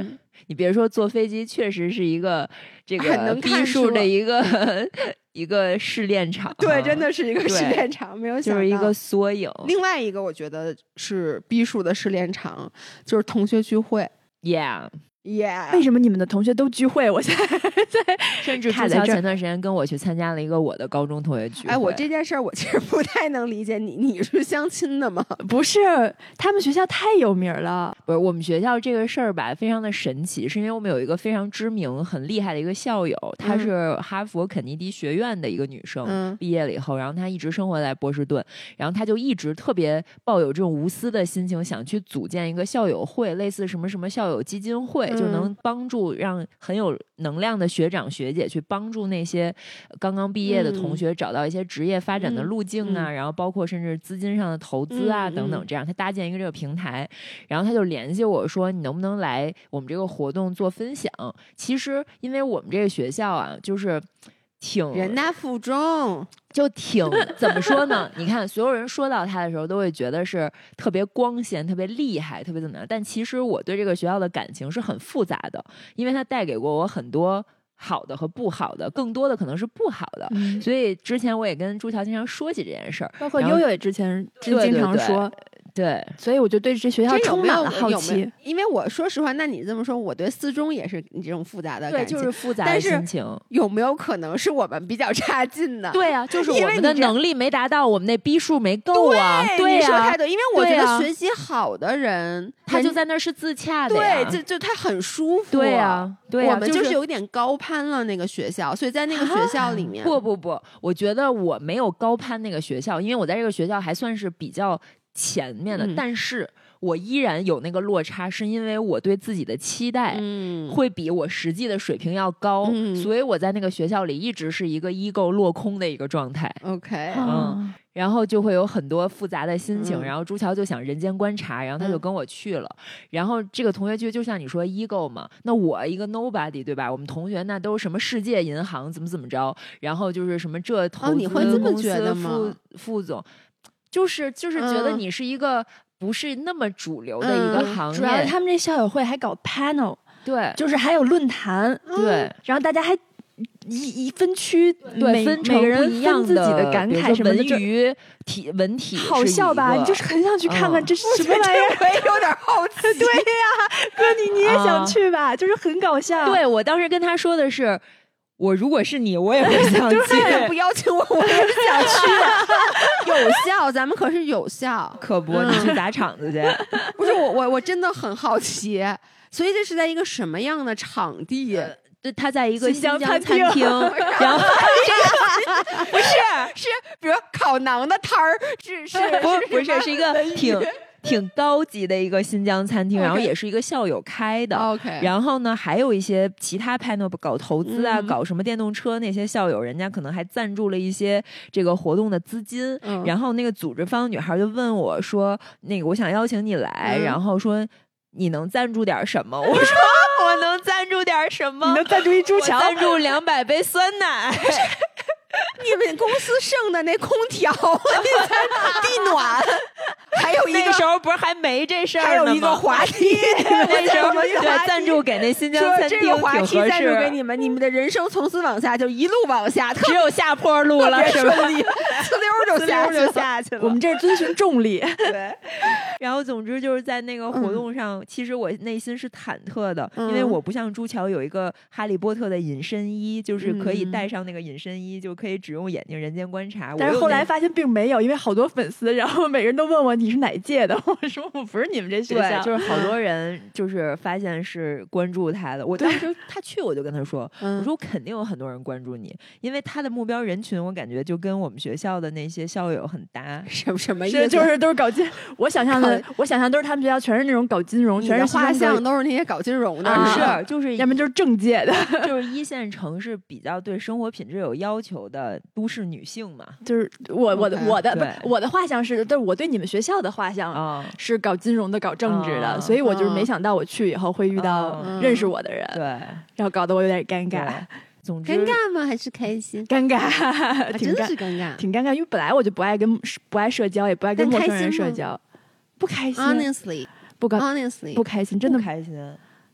你别说坐飞机，确实是一个这个很能看逼数出的一个一个试炼场。 对，真的是一个对试炼场，没有想到就是一个缩影。 另外一个我觉得是逼数的试炼场，就是同学聚会。 Yeah。 耶、 为什么你们的同学都聚会？我现在在甚至朱乔前段时间跟我去参加了一个我的高中同学聚会。 哎，我这件事儿我其实不太能理解你，你是相亲的吗？ 不是，他们学校太有名了。 不是，我们学校这个事儿吧，非常的神奇，是因为我们有一个非常知名、很厉害的一个校友，她是哈佛肯尼迪学院的一个女生， 嗯、 毕业了以后，然后她一直生活在波士顿，然后她就一直特别抱有这种无私的心情，想去组建一个校友会，类似什么什么校友基金会，嗯、就能帮助让很有能量的学长学姐去帮助那些刚刚毕业的同学找到一些职业发展的路径啊，嗯、然后包括甚至资金上的投资啊、嗯、等等，这样他搭建一个这个平台，然后他就联系我说你能不能来我们这个活动做分享。其实因为我们这个学校啊，就是挺人大附中， 就挺怎么说呢？你看，所有人说到他的时候，都会觉得是特别光鲜、特别厉害、特别怎么样。但其实我对这个学校的感情是很复杂的，因为它带给过我很多好的和不好的，更多的可能是不好的。嗯、所以之前我也跟朱乔经常说起这件事儿， 包括悠悠也之前经常说。 对对对对， 所以我就对这学校充满了好奇。 有有有因为我说实话，那你这么说，我对四中也是你这种复杂的感情， 对，就是复杂的心情。 有没有可能是我们比较差劲呢？ 对啊，就是我们的能力没达到，我们那逼数没够啊。对呀， 你说太对，因为我觉得学习好的人， 啊、他就在那是自洽的呀。 对，就就他很舒服。 对啊，对啊， 我们就是有点高攀了那个学校，所以在那个学校里面， 不不不，我觉得我没有高攀那个学校，因为我在这个学校还算是比较前面的，嗯、但是我依然有那个落差，是因为我对自己的期待会比我实际的水平要高，嗯、所以我在那个学校里一直是一个 ego 落空的一个状态。 OK， 嗯，然后就会有很多复杂的心情，嗯、然后朱乔就想人间观察，然后他就跟我去了，嗯、然后这个同学聚就像你说 ego 嘛，那我一个 nobody 对吧？我们同学那都是什么世界银行怎么怎么着，然后就是什么这投资公司副副总。就是就是觉得你是一个不是那么主流的一个行业，嗯、 主要是他们这校友会还搞 panel， 对， 就是还有论坛， 对， 嗯、然后大家还一一分区， 对，分成每个人不一样分自己的感慨什么的， 文娱体文体好笑吧？你就是很想去看看这是什么玩意儿， 我也有点好奇。 对呀，哥你你也想去吧？啊、就是很搞笑。 对，我当时跟他说的是。我如果是你，我也会想去。 不邀请我，我也想去。有效，咱们可是有效， 可不，你去砸场子去。 不是我，我我真的很好奇，所以这是在一个什么样的场地？ 呃对，他在一个新疆餐厅， 然后不是是，比如烤馕的摊儿，是是不不是是一个挺。挺高级的一个新疆餐厅， okay. 然后也是一个校友开的。 OK， 然后呢，还有一些其他 panel 搞投资啊、嗯，搞什么电动车那些校友，人家可能还赞助了一些这个活动的资金。嗯、然后那个组织方女孩就问我说：“那个我想邀请你来，嗯、然后说你能赞助点什么？”我说：“我能赞助点什么？ 你能赞助一猪桥？ 赞助两百杯酸奶。” 你们公司剩的那空调、地暖，还有一个那个时候不是还没这事儿呢吗？ 还有一个滑梯， 那时候对赞助给那新疆餐厅挺合适。 这个滑梯赞助给你们，你们的人生从此往下就一路往下， 只有下坡路了，是吧？ 呲溜就下去就下去了。我们这是遵循重力。 对。然后总之就是在那个活动上，嗯、其实我内心是忐忑的， 嗯、 因为我不像朱乔有一个哈利波特的隐身衣，就是可以戴上那个隐身衣就。可以只用眼睛人间观察， 但是后来发现并没有，因为好多粉丝，然后每个人都问我你是哪届的，我说我不是你们这学校， 就是好多人就是发现是关注他的。我当时他去我就跟他说，我说我肯定有很多人关注你，因为他的目标人群我感觉就跟我们学校的那些校友很搭。 什么什么意思？ 就是都是搞金，我想象的，我想象都是他们学校全是那种搞金融，全是画像都是那些搞金融的， 不是，就是要么就是政界的， 就是一线城市比较对生活品质有要求的都市女性嘛， 就是我我的、okay, 我的不我的画像是，但是我对你们学校的画像是搞金融的、搞政治的， uh, 所以我就是没想到我去以后会遇到认识我的人， uh, 对， 然后搞得我有点尴尬。 总之， 尴尬吗？还是开心？ 尴尬， 啊、真的是尴尬， 挺尴尬，因为本来我就不爱跟不爱社交，也不爱跟陌生人社交，不开心。 Honestly， 不高 ，Honestly， 不开心，真的不开心。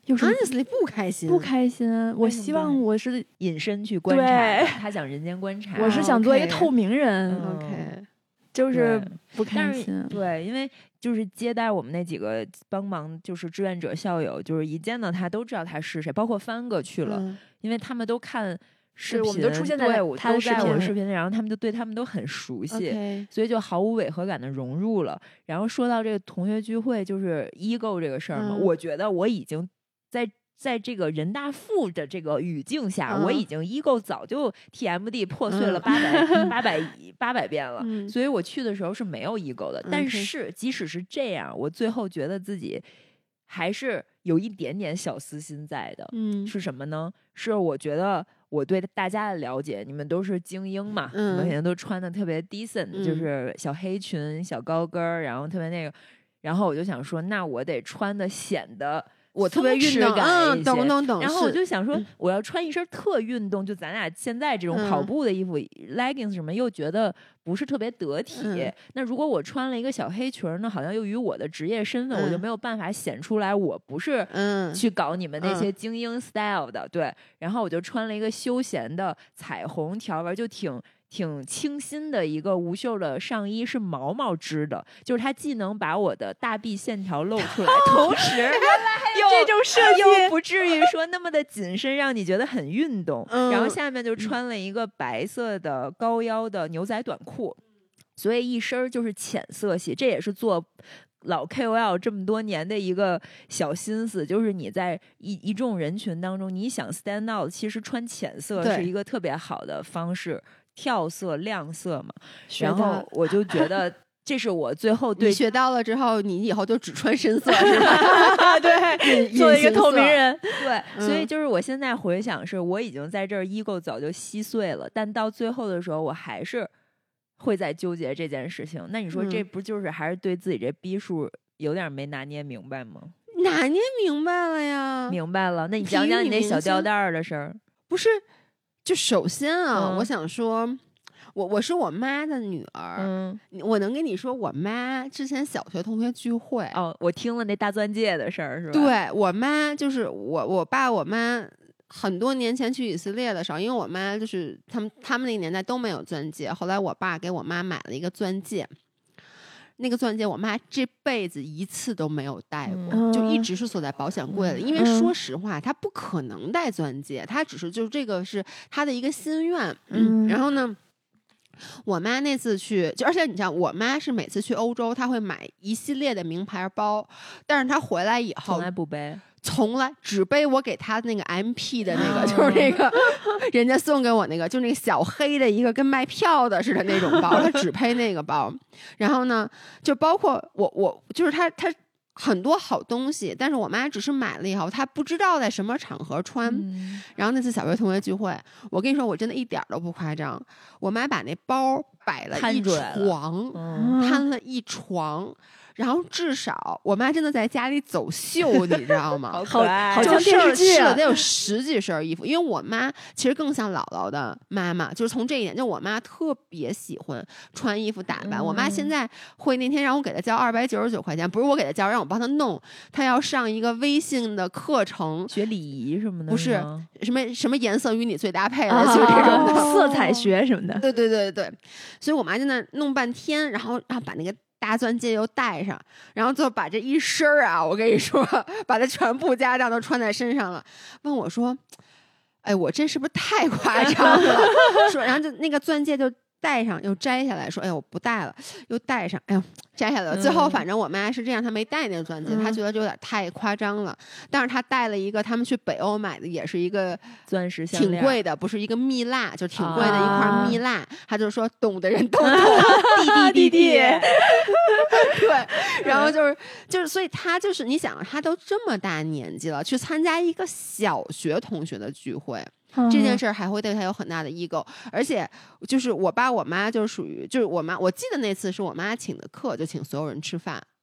有什么 honestly 不开心， 不开心？我希望我是隐身去观察的， 对他想人间观察。 我是想做一个 OK 透明人， 嗯 OK， 就是对不开但是心。 对，因为就是接待我们那几个帮忙，就是志愿者校友，就是一见到他都知道他是谁，包括帆哥去了， 嗯因为他们都看视频， 对我们都出现在对我他的都在视频里我的视频里，然后他们就对他们都很熟悉。 OK， 所以就毫无违和感的融入了。然后说到这个同学聚会，就是 ego 这个事儿嘛， 嗯我觉得我已经在在这个人大附的这个语境下， 嗯我已经 ego 早就 T M D 破碎了嗯八百八百八百遍了， 嗯所以我去的时候是没有 ego 的。 嗯但 OK 是即使是这样，我最后觉得自己还是有一点点小私心在的。 嗯是什么呢？是我觉得我对大家的了解，你们都是精英嘛， 嗯你们肯定都穿的特别 decent，、 嗯就是小黑裙、小高跟儿，然后特别那个，然后我就想说，那我得穿的显得我特别松弛运动， 感嗯， 一些懂懂懂。 然后我是就想说嗯， 我要穿一身特运动，就咱俩现在这种跑嗯步的衣服、leggings 什么，又觉得不是特别得体。 嗯那如果我穿了一个小黑裙儿呢，好像又与我的职业身份，我就嗯没有办法显出来我不是嗯去搞你们那嗯些精英 style 的。对，然后我就穿了一个休闲的彩虹条纹，就挺。挺清新的一个无袖的上衣，是毛毛织的，就是它既能把我的大臂线条露出来，同时又这种设计又不至于说那么的紧身，让你觉得很运动。 嗯然后下面就穿了一个白色的高腰的牛仔短裤，所以一身儿就是浅色系。这也是做老 K O L 这么多年的一个小心思，就是你在一一众人群当中，你想 stand out，其实穿浅色对是一个特别好的方式，跳色亮色嘛。 学然后到我就觉得。这是我最后对你学到了之后，你以后就只穿深色是吧？ 对， 隐做一个形色透明人。 对，所以嗯就是我现在回想，是我已经在这儿 ego 早就稀碎了，但到最后的时候，我还是会在纠结这件事情。那你说这嗯不就是还是对自己这逼数有点没拿捏明白吗？ 拿捏明白了呀， 明白了，那你体讲讲育明你那小吊星带儿的事儿。 不是？就首先啊， 嗯我想说。我我是我妈的女儿， 嗯， 你我能跟你说，我妈之前小学同学聚会， 哦，我听了那大钻戒的事儿，是吧？， 对我妈就是我我爸我妈很多年前去以色列的时候，因为我妈就是他们他们那个年代都没有钻戒，后来我爸给我妈买了一个钻戒，那个钻戒我妈这辈子一次都没有戴过， 嗯就一直是锁在保险柜里。因为嗯说实话，她不可能戴钻戒，她只是就是这个是她的一个心愿。 嗯然后呢？我妈那次去，就而且你知道，我妈是每次去欧洲，她会买一系列的名牌包，但是她回来以后从来不背。 从来只背我给她那个 M P 的那个， 哦就是那个人家送给我那个，就那个小黑的一个跟卖票的似的那种包，她只背那个包。然后呢，就包括我我就是她她很多好东西，但是我妈只是买了以后，她不知道在什么场合穿。 嗯然后那次小学同学聚会，我跟你说，我真的一点儿都不夸张，我妈把那包摆了一摊出来了床， 嗯， 摊了一床，然后至少我妈真的在家里走秀，你知道吗？ 好好可爱好像就试了电视剧啊试了得有十几身衣服，因为我妈其实更像姥姥的妈妈，就是从这一点，就我妈特别喜欢穿衣服打扮。我妈现在会那天让我给她交二百九十九块钱，不是我给她交，让我帮她弄，她要上一个微信的课程， 学礼仪什么的， 不是吗什么什么颜色与你最搭配的， 啊就是这种的。 色彩学什么的。 对对对对，所以我妈在那弄半天，然后然后把那个大钻戒又戴上，然后最后把这一身儿啊，我跟你说，把它全部家当都穿在身上了。问我说：“哎，我这是不是太夸张了？”说，然后就那个钻戒就戴上又摘下来，说：“哎呦，我不戴了。”又戴上，哎呦，摘下来了。最后反正我妈是这样，她没戴那个钻戒，她觉得就有点太夸张了。但是她戴了一个他们去北欧买的，也是一个钻石项链挺贵的，不是一个蜜蜡，就挺贵的一块啊蜜蜡。他就说懂的人都懂， 弟弟弟弟， 对。然后就是就是，所以他就是你想，他都这么大年纪了，去参加一个小学同学的聚会。这件事儿还会对他有很大的 ego， 而且就是我爸我妈就属于就是我妈，我记得那次是我妈请的客，就请所有人吃饭，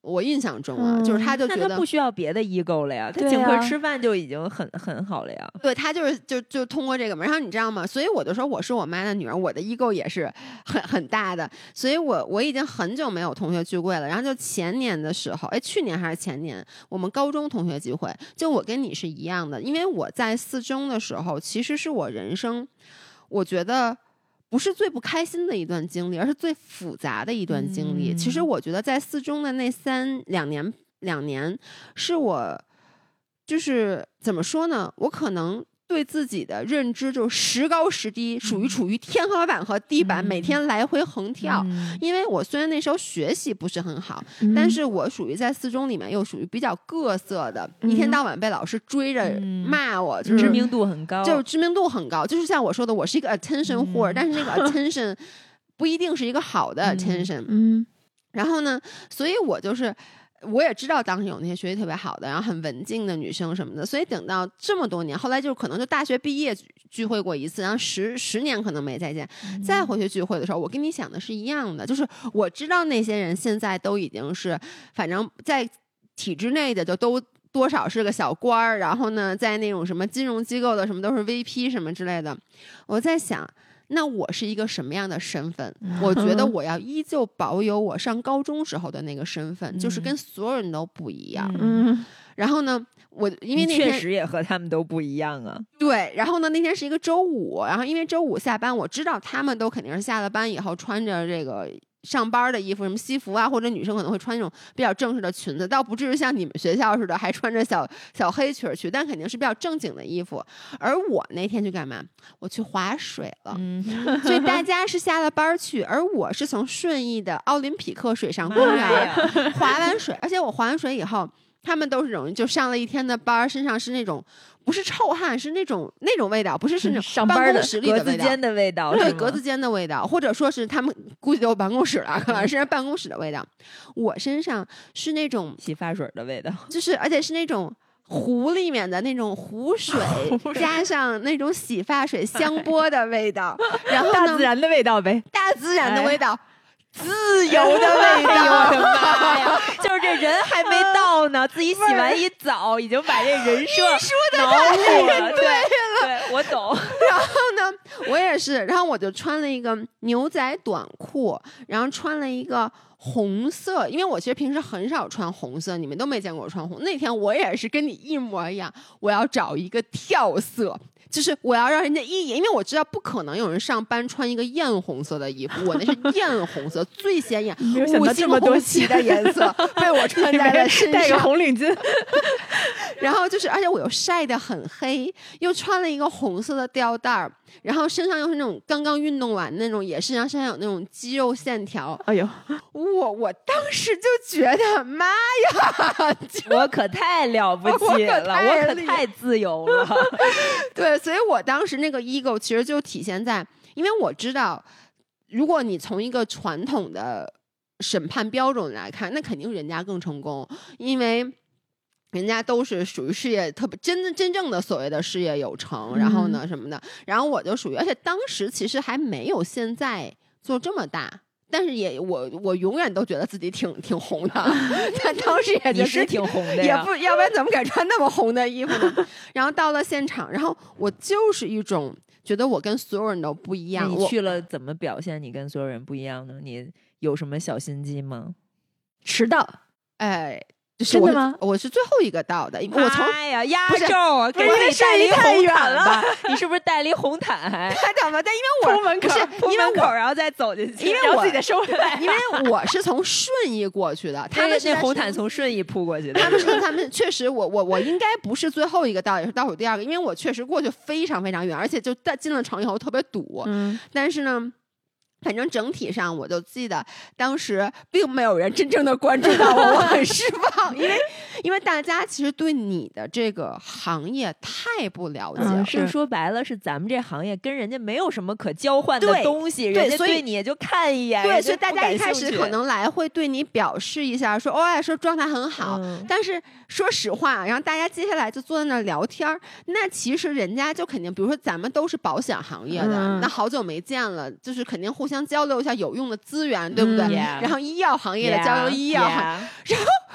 我印象中啊，嗯、就是他就觉得那他不需要别的 ego 了呀，他请客吃饭就已经很很好了呀。 对，他就是就就通过这个嘛。然后你知道吗？所以我就说我是我妈的女儿，我的 ego 也是很很大的。所以我我已经很久没有同学聚会了。然后就前年的时候，哎，去年还是前年，我们高中同学聚会，就我跟你是一样的，因为我在四中的时候，其实是我人生，我觉得。不是最不开心的一段经历，而是最复杂的一段经历。嗯、其实我觉得在四中的那三两年，两年是我就是怎么说呢？我可能对自己的认知就时高时低，属于处于天花板和地板，嗯、每天来回横跳。嗯、因为我虽然那时候学习不是很好，嗯、但是我属于在四中里面又属于比较各色的，嗯、一天到晚被老师追着骂我，嗯、就是知名度很高， 就是知名度很高。就是像我说的，我是一个 attention whore，嗯、但是那个 attention 不一定是一个好的 attention。 嗯， 然后呢，所以我就是。我也知道当时有那些学习特别好的，然后很文静的女生什么的，所以等到这么多年，后来就可能就大学毕业聚会过一次，然后十十年可能没再见，嗯、再回去聚会的时候，我跟你想的是一样的，就是我知道那些人现在都已经是，反正在体制内的就都多少是个小官儿，然后呢，在那种什么金融机构的什么都是 V P 什么之类的，我在想。那我是一个什么样的身份？嗯、我觉得我要依旧保有我上高中时候的那个身份，嗯、就是跟所有人都不一样。 嗯， 然后呢，我因为那天确实也和他们都不一样啊。 对，然后呢，那天是一个周五，然后因为周五下班，我知道他们都肯定是下了班以后穿着这个。上班的衣服，什么西服啊，或者女生可能会穿那种比较正式的裙子，倒不至于像你们学校似的还穿着小小黑裙去，但肯定是比较正经的衣服。而我那天去干嘛？我去划水了。嗯，所以大家是下了班去，而我是从顺义的奥林匹克水上公园划完水，而且我划完水以后，他们都是容易就上了一天的班，身上是那种。不是臭汗，是那种那种味道，不是是那种办公室里的味道， 格子间的味道， 对，格子间的味道，或者说是他们估计都有办公室了，可能是办公室的味道。我身上是那种洗发水的味道， 就是而且是那种湖里面的那种湖水，加上那种洗发水香波的味道，然后大自然的味道呗， 大自然的味道。哎自由的味道， 我的妈呀！就是这人还没到呢，自己洗完一澡，已经把这人设脑补了。对对，我懂。 然后呢，我也是，然后我就穿了一个牛仔短裤，然后穿了一个红色，因为我其实平时很少穿红色，你们都没见过我穿红。那天我也是跟你一模一样，我要找一个跳色。就是我要让人家一眼，因为我知道不可能有人上班穿一个艳红色的衣服，我那是艳红色最显眼， 没有想到这么多旗的颜色被我穿在了身上， 戴个红领巾， 然后就是，而且我又晒得很黑，又穿了一个红色的吊带，然后身上又是那种刚刚运动完那种，也是让身上有那种肌肉线条。 哎呦， 我我当时就觉得，妈呀， 我可太了不起了，我 可, 我可太自由了， 对。所以我当时那个 ego 其实就体现在，因为我知道，如果你从一个传统的审判标准来看，那肯定人家更成功，因为人家都是属于事业特别真真正的所谓的事业有成，然后呢什么的，然后我就属于，而且当时其实还没有现在做这么大。但是也我我永远都觉得自己挺挺红的，但当时也觉得你是挺红的呀， 也不要不然怎么敢穿那么红的衣服呢？然后到了现场，然后我就是一种觉得我跟所有人都不一样。 你去了怎么表现你跟所有人不一样呢？你有什么小心机吗？ 迟到， 哎。 真的吗？ 我是最后一个到的，我从哎呀压轴啊，给自己带离红毯吧？你是不是带离红毯？ 太懂了，但因为我出门口不是因为我然后再走进去， 因为我自己的收回来， 因为我是从顺义过去的，他们那红毯从顺义铺过去的。 他们说他们确实，我我我应该不是最后一个到，也是倒数第二个，因为我确实过去非常非常远，而且就进了城以后特别堵。嗯，但是呢。反正整体上，我就记得当时并没有人真正的关注到我，我很失望，因为因为大家其实对你的这个行业太不了解了。 嗯、是说白了，是咱们这行业跟人家没有什么可交换的东西，人家对你也就看一眼。 对，所以大家一开始可能来会对你表示一下，说哦，说状态很好，嗯、但是说实话，然后大家接下来就坐在那儿聊天，那其实人家就肯定，比如说咱们都是保险行业的，嗯、那好久没见了，就是肯定互相交流一下有用的资源，对不对？ 嗯、 然后医药行业的交流医药， yeah, yeah. 然后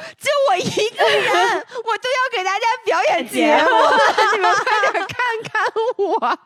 就我一个人，我都要给大家表演节目，你们快点看看我。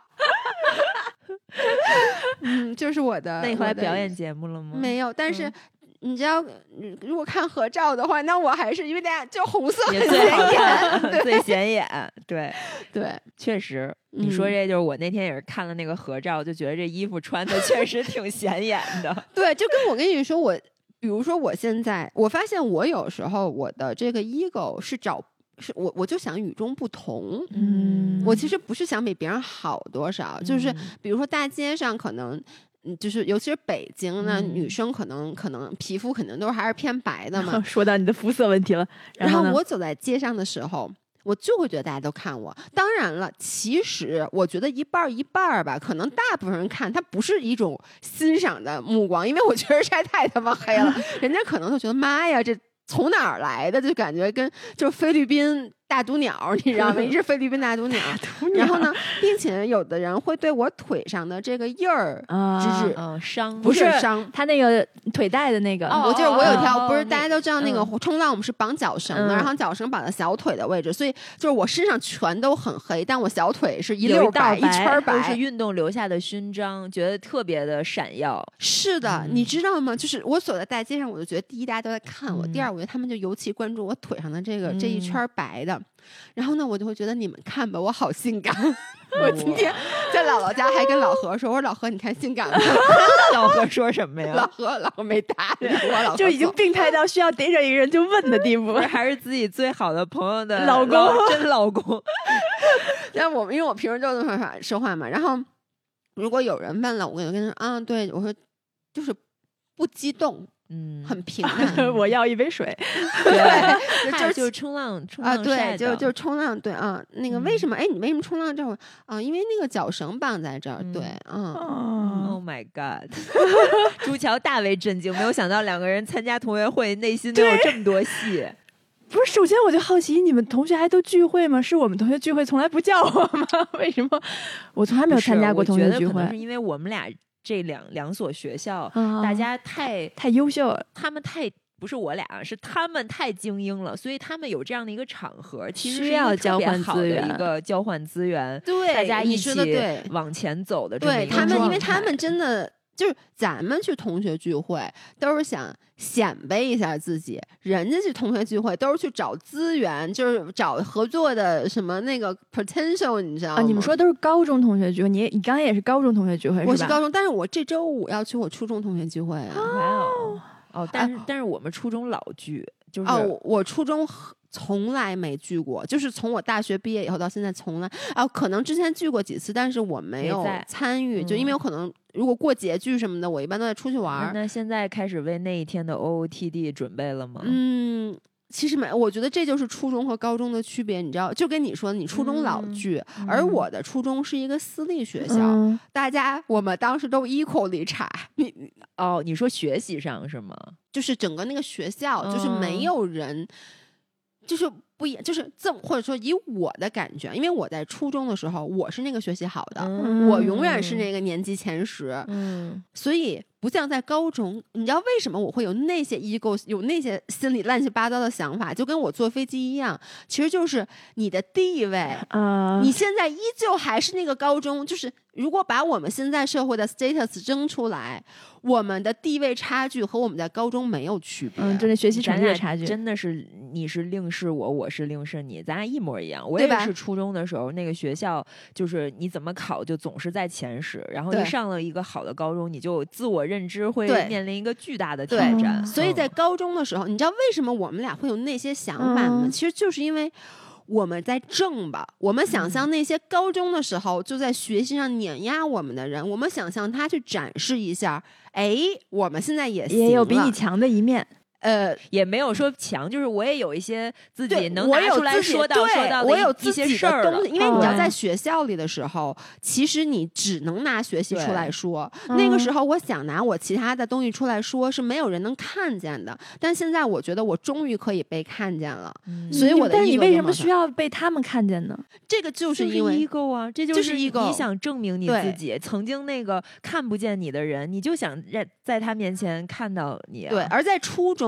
嗯，就是我的。 那你后来表演节目了吗？ 没有，但是。嗯你知道，如果看合照的话，那我还是因为大家就红色很最好显看， 眼， 最显眼。对对， 确实，你说这就是我那天也是看了那个合照，就觉得这衣服穿的确实挺显眼的。 对，就跟我跟你说，我比如说我现在，我发现我有时候我的这个 ego 是找。是我我就想与众不同， 嗯， 我其实不是想比别人好多少，嗯、就是比如说大街上可能。嗯，就是尤其是北京呢，嗯、女生可能可能皮肤肯定都还是偏白的嘛。 说到你的肤色问题了，然后, 后然后我走在街上的时候，我就会觉得大家都看我。当然了，其实我觉得一半一半吧，可能大部分人看他不是一种欣赏的目光，因为我确实晒太他妈黑了，人家可能就觉得妈呀，这从哪儿来的？就感觉跟就菲律宾大毒鸟，你知道吗？一只菲律宾大毒鸟。然后呢，并且有的人会对我腿上的这个印儿指指， 嗯，伤不是伤， 他那个腿带的那个。 哦，我就是我有条， 哦、 不是大家都知道那个冲浪我们是绑脚绳的， 嗯、 然后脚绳绑在小腿的位置，所以就是我身上全都很黑，但我小腿是一溜白， 一圈白， 都是运动留下的勋章，觉得特别的闪耀。 是的，嗯、你知道吗？就是我走在大街上，我就觉得第一大家都在看我，嗯、第二我觉得他们就尤其关注我腿上的这个、嗯、这一圈白的。然后呢，我就会觉得你们看吧，我好性感。我今天在姥姥家还跟老何说，我说老何，你看性感吗？ 老何说什么呀？ 老何老何没搭理我，老何就已经病态到需要逮着一个人就问的地步， 还是自己最好的朋友的老公， 真老公。 但我因为我平时就这么说话嘛，然后如果有人问了，我就跟他说啊，对我说就是不激动。嗯，很平淡。 我要一杯水。 对，就是就是冲浪，冲浪啊，对，就就冲浪，对啊。那个为什么？哎、嗯，你为什么冲浪这会儿啊？因为那个脚绳绑在这儿，嗯、对，嗯。 Oh my god！ 朱乔大为震惊，没有想到两个人参加同学会，内心都有这么多戏。 不是，首先我就好奇，你们同学还都聚会吗？是我们同学聚会从来不叫我吗？为什么我从来没有参加过同学聚会？ 可能是因为我们俩。这两两所学校， 啊、 大家太太优秀了， 他们太不是我俩，是他们太精英了，所以他们有这样的一个场合，其实需要交换资源， 一个交换资源， 对， 大家一起往前走的这么一个对他们，因为他们真的。就是咱们去同学聚会都是想显摆一下自己，人家去同学聚会都是去找资源，就是找合作的什么那个 potential， 你知道吗？ 啊，你们说都是高中同学聚会，你你刚才也是高中同学聚会是吧？ 我是高中，但是我这周五要去我初中同学聚会啊。 哇哦，哦，但是、啊、但是我们初中老聚，就是哦，我初中从来没聚过，就是从我大学毕业以后到现在从来啊，可能之前聚过几次，但是我没有参与，就因为有可能如果过节聚什么的，我一般都在出去玩。 那现在开始为那一天的 O O T D 准备了吗？ 嗯。其实没，我觉得这就是初中和高中的区别，你知道，就跟你说，你初中老聚，嗯、而我的初中是一个私立学校，嗯、大家我们当时都 equally 差。你哦，你说学习上是吗？ 就是整个那个学校，嗯、就是没有人，就是不一，就是这么，或者说以我的感觉，因为我在初中的时候，我是那个学习好的，嗯、我永远是那个年级前十，嗯，所以。不像在高中，你知道为什么我会有那些 ego， 有那些心里乱七八糟的想法，就跟我坐飞机一样，其实就是你的地位啊， uh, 你现在依旧还是那个高中，就是如果把我们现在社会的 status 扔出来，我们的地位差距和我们在高中没有区别， 嗯，就是学习成绩的差距， 真的是你是另是我，我是另是你，咱俩一模一样。我也是初中的时候，那个学校就是你怎么考就总是在前十，然后你上了一个好的高中，你就自我认知会面临一个巨大的挑战， 嗯、所以在高中的时候，你知道为什么我们俩会有那些想法吗？嗯、其实就是因为我们在正吧，我们想象那些高中的时候就在学习上碾压我们的人，我们想象他去展示一下，哎，我们现在也行了， 也有比你强的一面。 呃， 也没有说强，就是我也有一些自己能拿出来说到说到的我有自己一些事儿东西，因为你要在学校里的时候，嗯、其实你只能拿学习出来说。那个时候，我想拿我其他的东西出来说，是没有人能看见的。但现在，我觉得我终于可以被看见了，嗯、所以我的。 但是你为什么需要被他们看见呢？ 这个就是因为 ego 啊，这就是 ego。你想证明你自己，曾经那个看不见你的人，你就想在在他面前看到你、啊。 对，而在初中。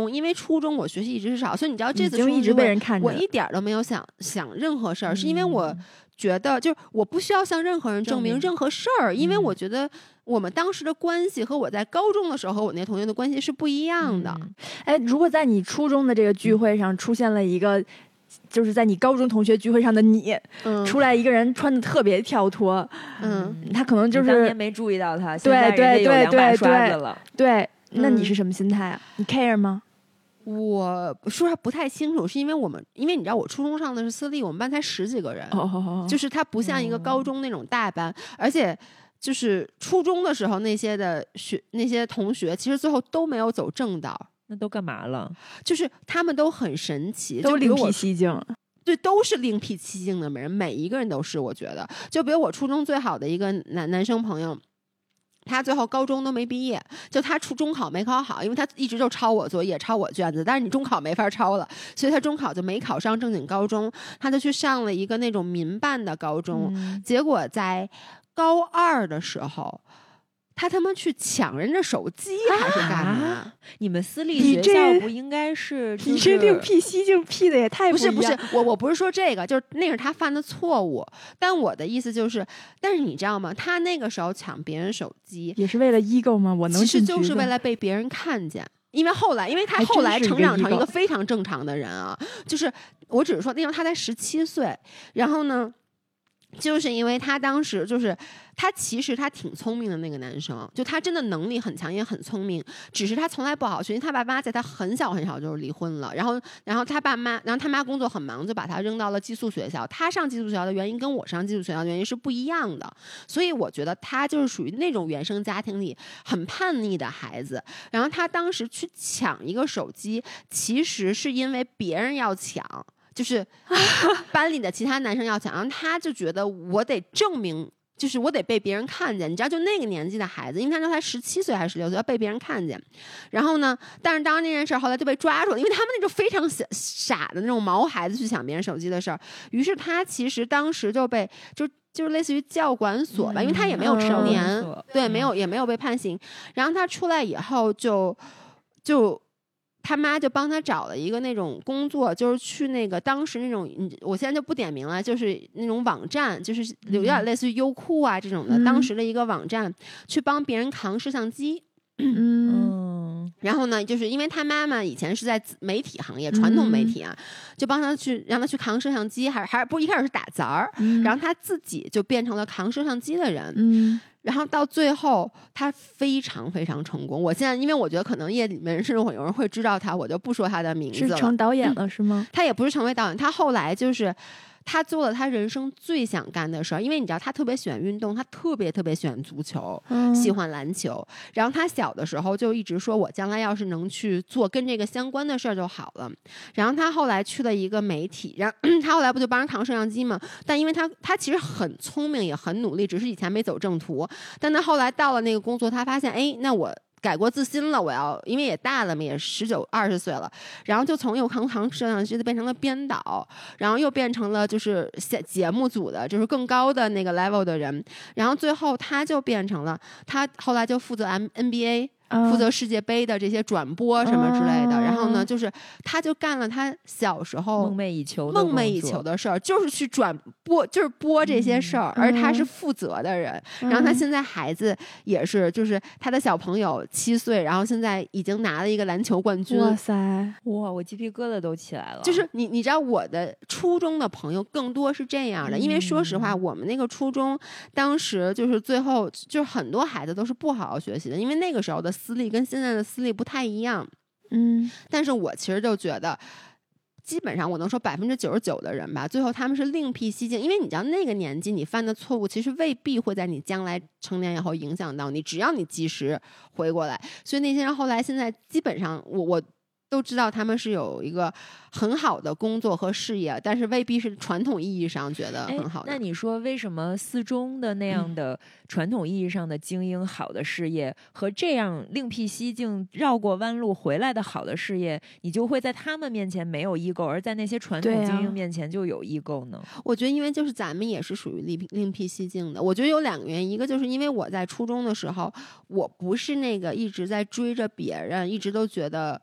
中，因为初中我学习一直是少，所以你知道这次初中已经一直被人看着， 我一点都没有想想任何事儿，嗯、是因为我觉得就是我不需要向任何人证明任何事儿，因为我觉得我们当时的关系和我在高中的时候和我那些同学的关系是不一样的。 嗯、哎，如果在你初中的这个聚会上出现了一个。就是在你高中同学聚会上的你，嗯、出来一个人穿的特别跳脱，嗯，他可能就是当年没注意到他， 对对对对对了， 对，那你是什么心态啊？嗯、你 care 吗？ 我说还不太清楚，是因为我们，因为你知道我初中上的是私立，我们班才十几个人， 哦、 就是它不像一个高中那种大班，哦、而且就是初中的时候那些的学那些同学，其实最后都没有走正道。 那都干嘛了？ 就是他们都很神奇， 都另辟蹊径。 对，都是另辟蹊径的人，每一个人都是。我觉得，就比如我初中最好的一个男男生朋友，他最后高中都没毕业，就他初中考没考好，因为他一直就抄我作业、抄我卷子，但是你中考没法抄了，所以他中考就没考上正经高中，他就去上了一个那种民办的高中，嗯、结果在高二的时候。他他妈去抢人家手机还是干嘛？ 啊、你们私立学校不应该是、就是？ 你这另辟蹊径辟的也太不是不是，我我不是说这个，就是那是他犯的错误。但我的意思就是，但是你知道吗？他那个时候抢别人手机也是为了 ego 吗？我能其实就是为了被别人看见。因为后来，因为他后来成长成一个非常正常的人啊，就是我只是说，因为他才十七岁，然后呢。就是因为他当时就是他其实他挺聪明的那个男生，就他真的能力很强也很聪明，只是他从来不好学习。他爸妈在他很小很小就离婚了，然后然后他爸妈，然后他妈工作很忙，就把他扔到了寄宿学校。他上寄宿学校的原因跟我上寄宿学校的原因是不一样的，所以我觉得他就是属于那种原生家庭里很叛逆的孩子。然后他当时去抢一个手机，其实是因为别人要抢。就是班里的其他男生要抢，然后他就觉得我得证明，就是我得被别人看见。你知道，就那个年纪的孩子，因为他说才十七岁还是十六岁，要被别人看见。然后呢，但是当这件事后来就被抓住了，因为他们那种非常傻的那种毛孩子去抢别人手机的事儿。于是他其实当时就被就。就是类似于教管所吧，因为他也没有成年，嗯、对，没有也没有被判刑。然后他出来以后就就。他妈就帮他找了一个那种工作，就是去那个当时那种，我现在就不点名了，就是那种网站，就是有点类似于优酷啊这种的，嗯、当时的一个网站，去帮别人扛摄像机。嗯，然后呢，就是因为他妈妈以前是在媒体行业，传统媒体啊，嗯、就帮他去让他去扛摄像机，还还不一开始是打杂儿，嗯、然后他自己就变成了扛摄像机的人。嗯。然后到最后，他非常非常成功。我现在，因为我觉得可能业里面甚至会有人会知道他，我就不说他的名字了。 是成导演了、嗯、是吗？ 他也不是成为导演，他后来就是他做了他人生最想干的事儿。因为你知道，他特别喜欢运动，他特别特别喜欢足球，嗯、喜欢篮球。然后他小的时候就一直说，我将来要是能去做跟这个相关的事儿就好了。然后他后来去了一个媒体，然后他后来不就帮人扛摄像机嘛？但因为他他其实很聪明，也很努力，只是以前没走正途。但他后来到了那个工作，他发现，哎，那我改过自新了，我要因为也大了嘛，也十九二十岁了，然后就从又扛扛摄像机变成了编导，然后又变成了就是节目组的，就是更高的那个 level 的人，然后最后他就变成了他后来就负责 N B A。负责世界杯的这些转播什么之类的，嗯、然后呢，就是他就干了他小时候梦寐以求梦寐以求的事儿，就是去转播，就是播这些事儿，嗯、而他是负责的人。嗯、然后他现在孩子也是，就是他的小朋友七岁，然后现在已经拿了一个篮球冠军。 哇塞， 哇，我鸡皮疙瘩都起来了。 就是你，你知道我的初中的朋友更多是这样的，嗯、因为说实话，我们那个初中当时就是最后就是很多孩子都是不好好学习的，因为那个时候的。私立跟现在的私立不太一样，嗯，但是我其实就觉得，基本上我能说百分之九十九的人吧，最后他们是另辟蹊径，因为你知道那个年纪你犯的错误，其实未必会在你将来成年以后影响到你，只要你及时回过来。所以那些人后来现在基本上，我我都知道他们是有一个很好的工作和事业，但是未必是传统意义上觉得很好的。 那你说为什么四中的那样的传统意义上的精英好的事业、嗯、和这样另辟蹊径绕过弯路回来的好的事业，你就会在他们面前没有ego，而在那些传统精英面前就有ego呢？ 啊、我觉得因为就是咱们也是属于另另辟蹊径的。我觉得有两个原因，一个就是因为我在初中的时候，我不是那个一直在追着别人，一直都觉得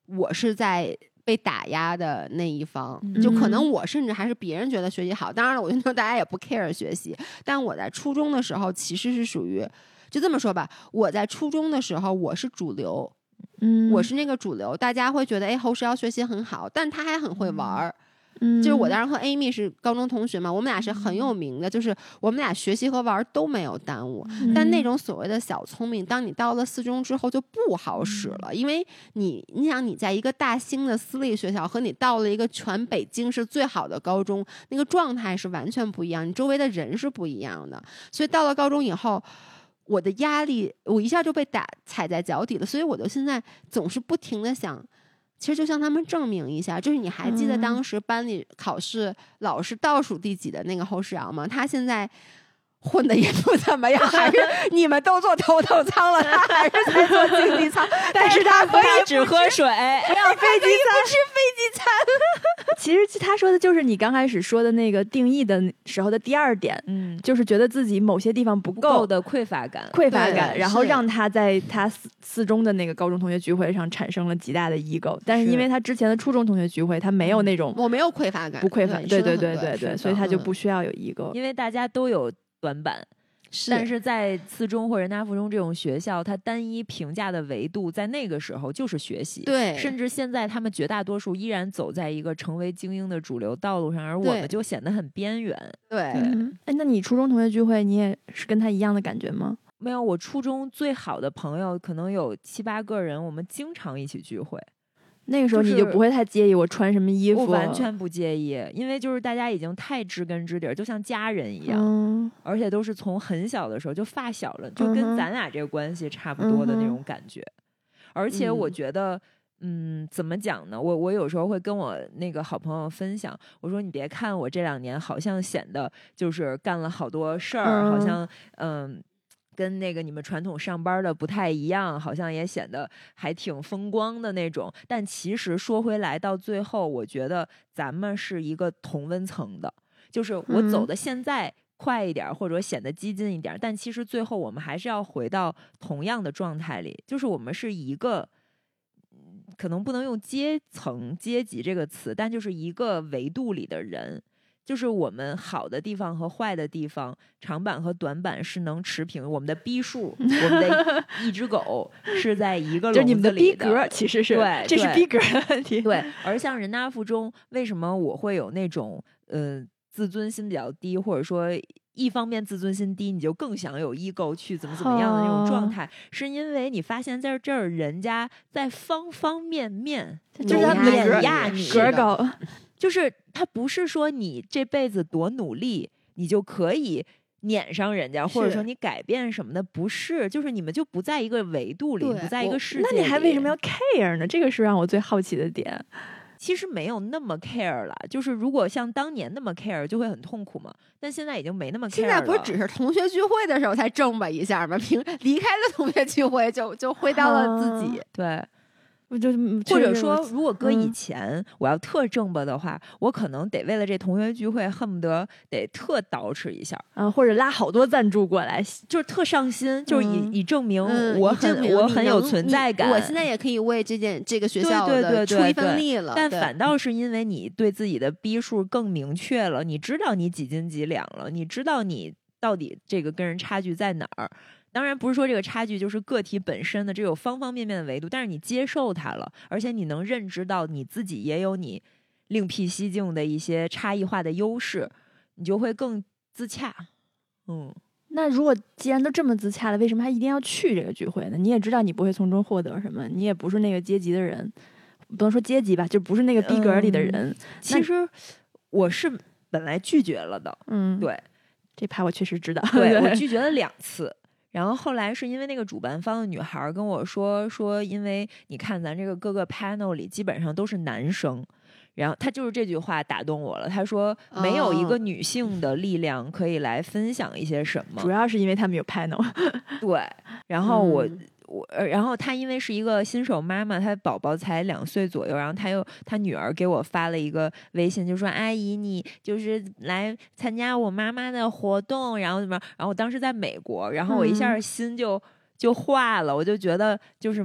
我是在被打压的那一方， 嗯就可能我甚至还是别人觉得学习好。当然了，我觉得大家也不 care 学习，但我在初中的时候其实是属于，就这么说吧，我在初中的时候我是主流， 嗯， 我是那个主流，大家会觉得哎，侯世瑶学习很好，但他还很会玩儿。 嗯， 就是我当时和 Amy 是高中同学嘛，我们俩是很有名的，就是我们俩学习和玩都没有耽误。 嗯但那种所谓的小聪明，当你到了四中之后就不好使了，因为你你想你在一个大兴的私立学校，和你到了一个全北京是最好的高中，那个状态是完全不一样，你周围的人是不一样的。所以到了高中以后，我的压力我一下就被打踩在脚底了，所以我就现在总是不停的想。其实就向他们证明一下，就是你还记得当时班里考试老师倒数第几的那个侯世瑶吗？他现在混的也不怎么样，还是你们都做头等舱了，他还是在做经济舱，但是他可以他只喝水， 不要飞机餐，吃飞机餐。 其实他说的就是你刚开始说的那个定义的时候的第二点， 嗯， 就是觉得自己某些地方不够够的匮乏感， 匮乏感， 对然后是让他在他四四中的那个高中同学聚会上产生了极大的 ego， 但是因为他之前的初中同学聚会，他没有那种我没有匮乏感， 不匮乏，对对对对对，所以他就嗯不需要有 ego。 因为大家都有短板。但是在四中或者人大附中这种学校，它单一评价的维度在那个时候就是学习， 对， 甚至现在他们绝大多数依然走在一个成为精英的主流道路上，而我对们就显得很边缘。 对， 嗯，哎，那你初中同学聚会，你也是跟他一样的感觉吗？ 没有，我初中最好的朋友可能有七八个人，我们经常一起聚会。 那个时候就是你就不会太介意我穿什么衣服， 我完全不介意，因为就是大家已经太知根知底儿，就像家人一样， 嗯而且都是从很小的时候就发小了，就嗯哼跟咱俩这个关系差不多的那种感觉。而且我嗯觉得，嗯，怎么讲呢？我我有时候会跟我那个好朋友分享，我说你别看我这两年好像显得就是干了好多事儿， 嗯好像嗯。跟那个你们传统上班的不太一样，好像也显得还挺风光的那种。但其实说回来，到最后，我觉得咱们是一个同温层的，就是我走的现在快一点，或者显得激进一点，但其实最后我们还是要回到同样的状态里，就是我们是一个。可能不能用阶层、阶级这个词，但就是一个维度里的人。就是我们好的地方和坏的地方，长板和短板是能持平。我们的逼数，我们的一只狗是在一个笼子里的， 就是你们的逼格其实是对， 这是对逼格的问题。 对，而像人大附中，为什么我会有那种呃自尊心比较低，或者说一方面自尊心低，你就更想有 ego 去怎么怎么样的那种状态，是因为你发现在这儿人家在方方面面就是他们的格碾压你的格高， 就是他不是说你这辈子多努力，你就可以撵上人家，或者说你改变什么的，不是，就是你们就不在一个维度里， 对不在一个世界里。 那你还为什么要 care 呢？这个是让我最好奇的点。 其实没有那么 care 了，就是如果像当年那么 care，就会很痛苦嘛。但现在已经没那么 care 了。 现在不是只是同学聚会的时候才正吧一下吗？平离开了同学聚会就就回到了自己。 对。 我就或者说，如果搁以嗯前、嗯、我要特正吧的话，我可能得为了这同学聚会，恨不得得特捯饬一下， 啊，或者拉好多赞助过来， 就是特上心，就是以、 嗯、 以证明嗯、 我很、 明我很有存在感。 我现在也可以为这件这个学校对对对对的出一份力了。 但反倒是因为你对自己的逼数更明确了，你知道你几斤几两了，你知道你到底这个跟人差距在哪儿。当然不是说这个差距就是个体本身的，这有方方面面的维度，但是你接受它了，而且你能认知到你自己也有你另辟蹊径的一些差异化的优势，你就会更自洽。嗯， 那如果既然都这么自洽了，为什么还一定要去这个聚会呢？你也知道你不会从中获得什么，你也不是那个阶级的人，不能说阶级吧，就不是那个逼格里的人。嗯、 其实我是本来拒绝了的， 嗯， 对， 这趴我确实知道， 对我拒绝了两次。然后后来是因为那个主办方的女孩跟我说说，因为你看咱这个各个 panel 里基本上都是男生，然后他就是这句话打动我了。他说没有一个女性的力量可以来分享一些什么， 主要是因为他们有 panel。 对，然后我。 嗯我然后她因为是一个新手妈妈，她宝宝才两岁左右，然后她又她女儿给我发了一个微信，就说阿姨你就是来参加我妈妈的活动，然后怎么，然后我当时在美国，然后我一下心就、嗯、就化了，我就觉得就是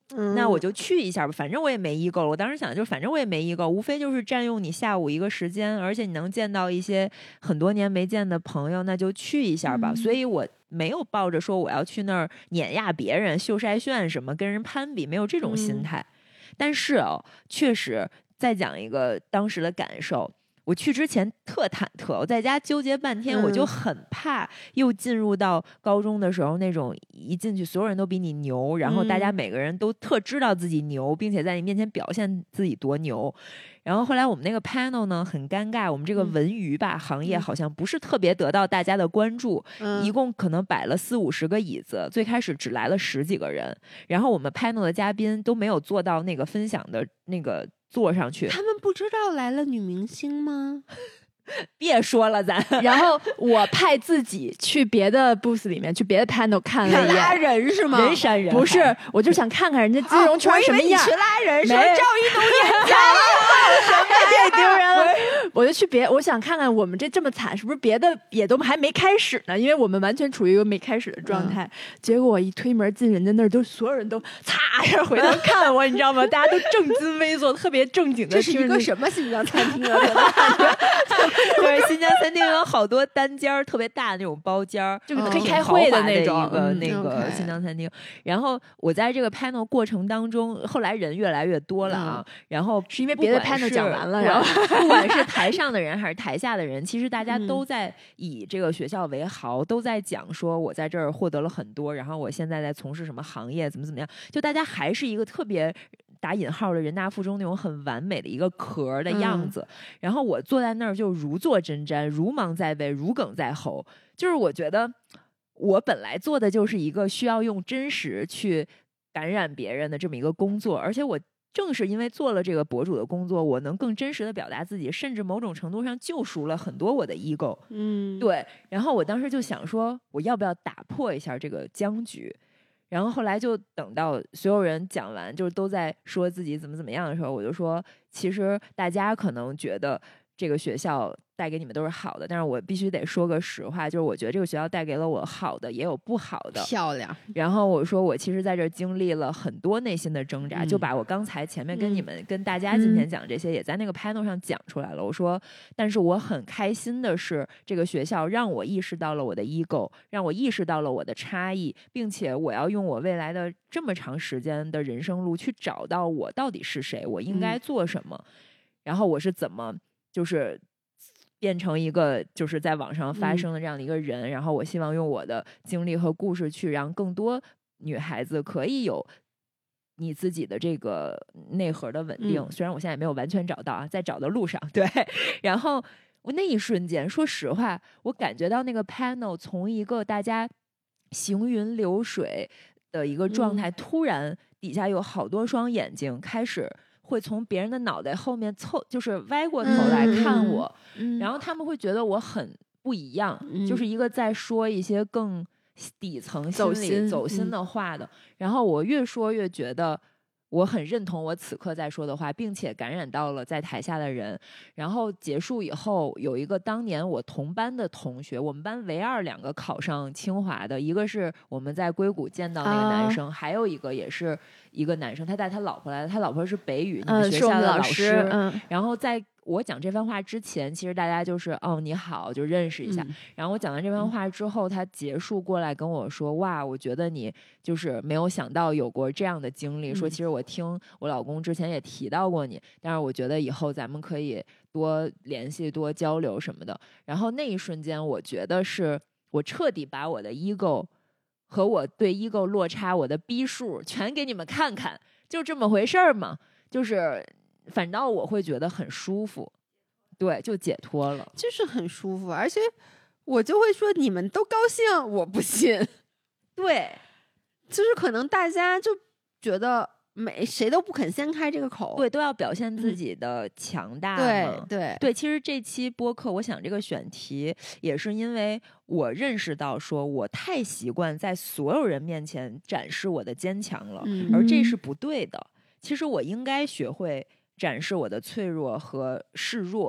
嗯、 那我就去一下吧，反正我也没 ego 了。我当时想就是反正我也没 ego，无非就是占用你下午一个时间，而且你能见到一些很多年没见的朋友，那就去一下吧。嗯、所以我没有抱着说我要去那儿碾压别人、秀晒炫什么，跟人攀比，没有这种心态。嗯、但是哦，确实再讲一个当时的感受。我去之前特忐忑，我在家纠结半天，我就很怕又进入到高中的时候那种一进去所有人都比你牛，然后大家每个人都特知道自己牛，并且在你面前表现自己多牛。然后后来我们那个 panel 呢很尴尬，我们这个文娱吧、嗯、行业好像不是特别得到大家的关注、嗯、一共可能摆了四五十个椅子，最开始只来了十几个人，然后我们 panel 的嘉宾都没有坐到那个分享的那个坐上去。 他们不知道来了女明星吗？ 别说了咱然后我派自己去别的 booth 里面，去别的 panel 看了一眼。 拉人是吗？ 人山人海。 不是，我就想看看人家金融圈什么样。 哦、我以为你去拉人，说赵一农演讲了，太丢人了。我就去别，我想看看我们这这么惨，是不是别的也都还没开始呢？因为我们完全处于一个没开始的状态。嗯、结果我一推门进人家那儿，都所有人都擦一下回头看我，你知道吗？大家都正襟危坐，特别正经的。 这是一个什么新疆餐厅啊？ 对，新疆餐厅有好多单间儿，特别大的那种包间儿， 就可以开会的那种一个、嗯、那个新疆餐厅。然后我在这个 panel 过程当中，后来人越来越多了啊。嗯、然后是因为别的 panel 讲完了， 然后不管是台上的人还是台下的人，其实大家都在以这个学校为豪，都在讲说我在这儿获得了很多，然后我现在在从事什么行业，怎么怎么样。就大家还是一个特别打引号的人大附中那种很完美的一个壳的样子、嗯、然后我坐在那儿就如坐针毡，如芒在背，如鲠在喉。就是我觉得我本来做的就是一个需要用真实去感染别人的这么一个工作，而且我正是因为做了这个博主的工作，我能更真实的表达自己，甚至某种程度上救赎了很多我的 ego。 嗯， 对。然后我当时就想说我要不要打破一下这个僵局，然后后来就等到所有人讲完，就是都在说自己怎么怎么样的时候，我就说其实大家可能觉得这个学校带给你们都是好的，但是我必须得说个实话，就是我觉得这个学校带给了我好的也有不好的。 漂亮。 然后我说我其实在这儿经历了很多内心的挣扎、嗯、就把我刚才前面跟你们、嗯、跟大家今天讲这些、嗯、也在那个 panel 上讲出来了。我说但是我很开心的是这个学校让我意识到了我的 ego， 让我意识到了我的差异，并且我要用我未来的这么长时间的人生路去找到我到底是谁，我应该做什么、嗯、然后我是怎么就是变成一个就是在网上发生的这样的一个人、嗯、然后我希望用我的经历和故事去让更多女孩子可以有你自己的这个内核的稳定、嗯、虽然我现在也没有完全找到啊，在找的路上。对。然后我那一瞬间说实话我感觉到那个 panel 从一个大家行云流水的一个状态、嗯、突然底下有好多双眼睛开始会从别人的脑袋后面凑，就是歪过头来看我、嗯、然后他们会觉得我很不一样、嗯、就是一个在说一些更底层心理走心的话的、嗯、然后我越说越觉得我很认同我此刻在说的话，并且感染到了在台下的人。然后结束以后有一个当年我同班的同学，我们班唯二两个考上清华的，一个是我们在硅谷见到那个男生、啊、还有一个也是一个男生，他带他老婆来的，他老婆是北语、嗯、你们学校的老师、嗯、然后在我讲这番话之前其实大家就是哦你好就认识一下、嗯、然后我讲完这番话之后、嗯、他结束过来跟我说哇我觉得你就是没有想到有过这样的经历、嗯、说其实我听我老公之前也提到过你，但是我觉得以后咱们可以多联系多交流什么的。然后那一瞬间我觉得是我彻底把我的 ego 和我对 ego 落差我的逼数全给你们看看，就这么回事儿嘛，就是反倒我会觉得很舒服，对，就解脱了， 就是很舒服。而且我就会说你们都高兴，我不信。 对， 就是可能大家就觉得每谁都不肯先开这个口， 对，都要表现自己的强大嘛、 嗯、对对对。其实这期播客我想这个选题也是因为我认识到说我太习惯在所有人面前展示我的坚强了、嗯、而这是不对的。其实我应该学会展示我的脆弱和示弱，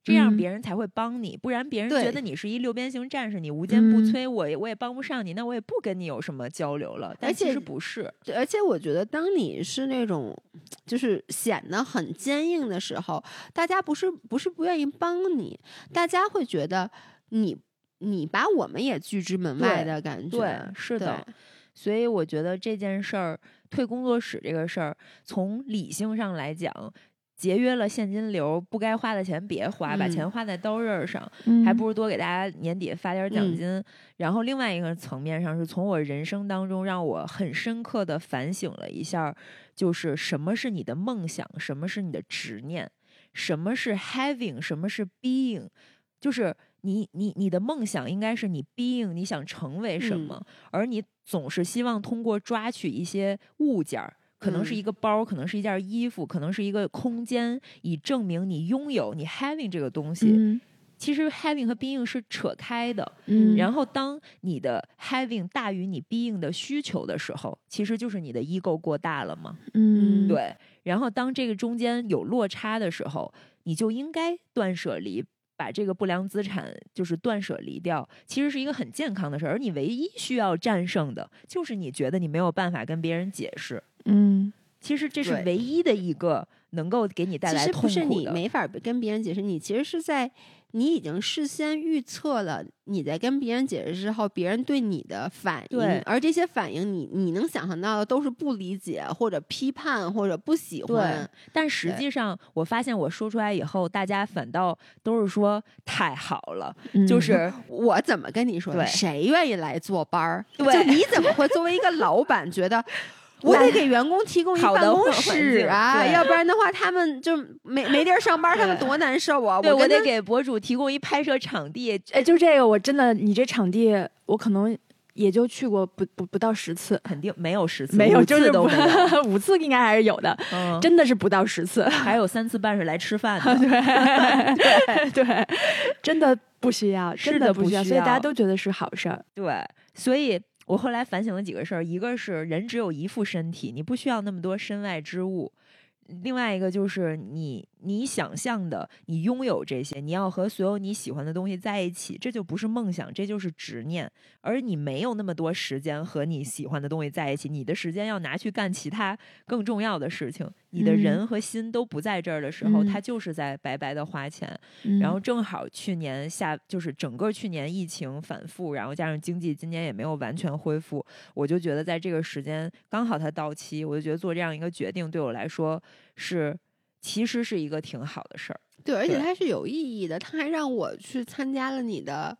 这样嗯别人才会帮你，不然别人对觉得你是一六边形战士，你无坚不摧，我也我也帮不上你，那我也不跟你有什么交流了。但而且其实不是， 对而且我觉得，当你是那种就是显得很坚硬的时候，大家不是不是不愿意帮你，大家会觉得你你把我们也拒之门外对的感觉。 对，是的。 对所以我觉得这件事儿，退工作室这个事儿，从理性上来讲，节约了现金流，不该花的钱别花， 嗯把钱花在刀刃上， 嗯还不如多给大家年底发点奖金。然后另外一个层面上，是从我人生当中让我很深刻的反省了一下，就是什么是你的梦想，什么是你的执念，什么是 having， 什么是 being， 就是你你你的梦想应该是你 being 你想成为什么， 嗯而你总是希望通过抓取一些物件儿。可能是一个包，可能是一件衣服，可能是一个空间，以证明你拥有你 having 这个东西。 嗯其实 having 和 being 是扯开的。 嗯然后当你的 having 大于你 being 的需求的时候，其实就是你的 ego 过大了嘛。 嗯对。然后当这个中间有落差的时候，你就应该断舍离。把这个不良资产就是断舍离掉，其实是一个很健康的事儿。而你唯一需要战胜的，就是你觉得你没有办法跟别人解释。 嗯其实这是对唯一的一个能够给你带其来实不是痛苦的。 你没法跟别人解释，你其实是在你已经事先预测了你在跟别人解释之后，别人对你的反应， 对而这些反应你你能想象到的都是不理解或者批判或者不喜对欢。， 但实际上我发现我说出来以后，大家反倒都是说太好了， 嗯就是我怎么跟你说的？ 对谁愿意来坐班儿？ 对就你怎么会作为一个老板觉得？我得给员工提供一好的办公环境室啊， 对要不然的话，他们就没没地儿上班，他们多难受啊！ 对我跟他得给博主提供一拍摄场地。 哎，就这个我真的，你这场地我可能也就去过不不不到十次， 肯定没有十次， 没有， 五就是不次都没有。 五次应该还是有的， 嗯， 真的是不到十次。 还有三次半是来吃饭的。 对对对，真的不需要， 是真不需要， 的不需所以大家要都觉得是好事儿。 对，所以我后来反省了几个事儿，一个是人只有一副身体，你不需要那么多身外之物；另外一个就是你你想象的，你拥有这些，你要和所有你喜欢的东西在一起，这就不是梦想，这就是执念。而你没有那么多时间和你喜欢的东西在一起，你的时间要拿去干其他更重要的事情。你的嗯人和心都不在这儿的时候， 嗯他就是在白白的花钱。 嗯然后正好去年下就是整个去年疫情反复，然后加上经济今年也没有完全恢复，我就觉得在这个时间刚好它到期，我就觉得做这样一个决定对我来说是其实是一个挺好的事儿。 对，而且对它是有意义的，他还让我去参加了你的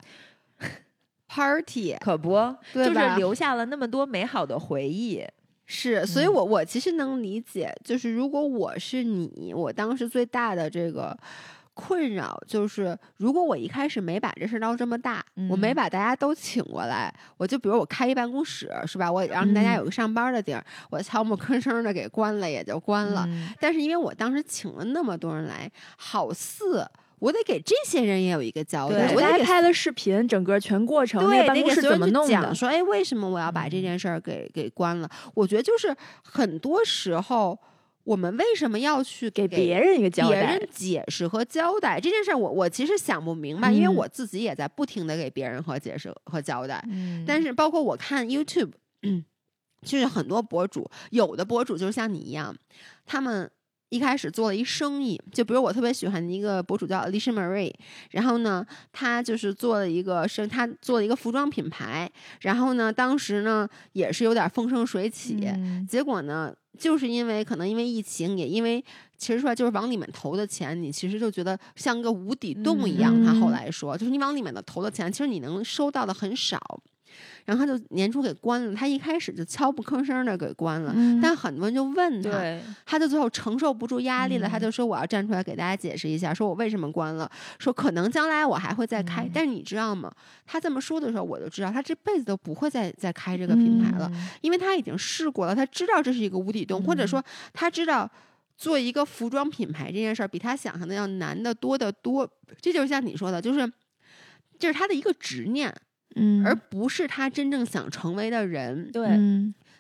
party， 可不，就是对吧留下了那么多美好的回忆。 是，所以嗯我我其实能理解，就是如果我是你，我当时最大的这个困扰就是，如果我一开始没把这事儿闹这么大，我没嗯把大家都请过来，我就比如我开一办公室，是吧？我让大家嗯有个上班的地儿，我悄没吭声的给关了，也就关了。 嗯但是因为我当时请了那么多人来，好似我得给这些人也有一个交代， 对我得给大家拍了视频，整个全过程，那对， 个办公室得给所有人去怎么弄的？ 讲说，哎，为什么我要把这嗯件事儿给给关了？我觉得就是很多时候，我们为什么要去给给别人一个交代别人。解释和交代这件事儿？我我其实想不明白，因为嗯我自己也在不停的给别人和解释和交代。 嗯但是包括我看 YouTube，嗯，就是很多博主，有的博主就是像你一样，他们一开始做了一生意，就比如我特别喜欢的一个博主叫 Alicia Marie，然后呢，他就是做了一个生，他做了一个服装品牌，然后呢，当时呢也是有点风生水起， 嗯结果呢，就是因为可能因为疫情，也因为其实说来就是往里面投的钱，你其实就觉得像个无底洞一样。 嗯他后来说，就是你往里面的投的钱，其实你能收到的很少。然后他就年初给关了，他一开始就悄不吭声的给关了， 嗯但很多人就问他， 对， 他就最后承受不住压力了， 嗯他就说我要站出来给大家解释一下，说我为什么关了，说可能将来我还会再开， 嗯但是你知道吗？他这么说的时候，我就知道他这辈子都不会再再开这个品牌了， 嗯因为他已经试过了，他知道这是一个无底洞，或者说他知道做一个服装品牌这件事儿比他想象的要难得多得多。这就是像你说的，就是这是他的一个执念， 嗯， 而不是他真正想成为的人。 对， 嗯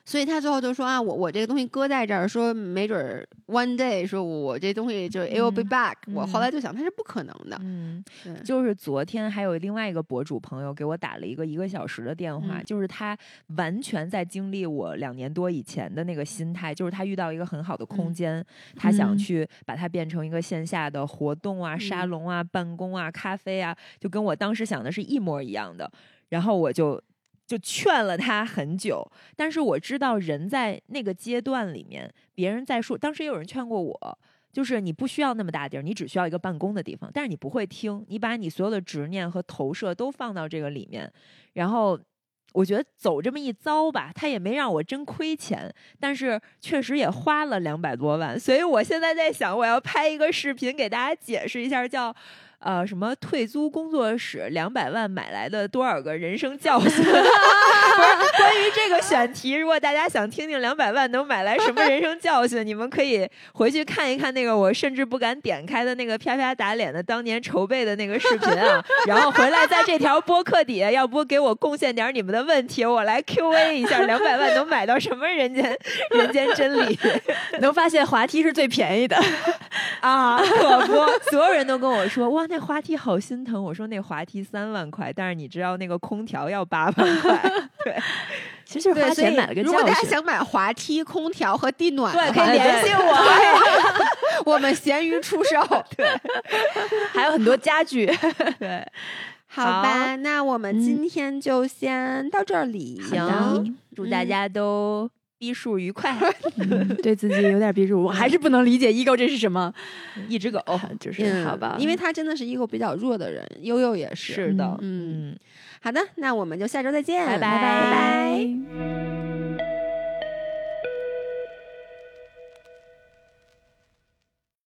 所以他最后就说啊，我我这个东西搁在这儿，说没准儿 one day 说我这东西就 it will be back、嗯。我后来就想，它是不可能的。 嗯，就是昨天还有另外一个博主朋友给我打了一个一个小时的电话， 嗯、 就是他完全在经历我两年多以前的那个心态，就是他遇到一个很好的空间，嗯、他想去把它变成一个线下的活动啊、嗯、沙龙啊、办公啊、咖啡啊，就跟我当时想的是一模一样的。然后我就。就劝了他很久，但是我知道人在那个阶段里面，别人在说，当时也有人劝过我，就是你不需要那么大地儿，你只需要一个办公的地方，但是你不会听，你把你所有的执念和投射都放到这个里面，然后我觉得走这么一遭吧，他也没让我真亏钱，但是确实也花了两百多万，所以我现在在想，我要拍一个视频给大家解释一下，叫呃，什么退租工作室两百万买来的多少个人生教训？不是关于这个选题，如果大家想听听两百万能买来什么人生教训，你们可以回去看一看那个我甚至不敢点开的那个啪啪打脸的当年筹备的那个视频啊，然后回来在这条播客底下，要不给我贡献点你们的问题，我来 Q A 一下两百万能买到什么人间人间真理？ 能发现滑梯是最便宜的啊，可不，所有人都跟我说哇。那滑梯好心疼，我说那滑梯三万块，但是你知道那个空调要八万块，对， 其实就是花钱买了个教训。 如果大家想买滑梯、空调和地暖， 对，可以联系我， 我们闲鱼出售， 对， 还有很多家具， 对， 好吧，好那我们今天就先到这里， 行，嗯、祝大家都。逼数愉快、 嗯，对自己有点逼数，我还是不能理解 ego 这是什么， 一只狗就是、嗯、好吧， 因为他真的是 ego 比较弱的人，悠悠也是， 是的， 嗯，嗯好的，那我们就下周再见， 拜拜拜拜。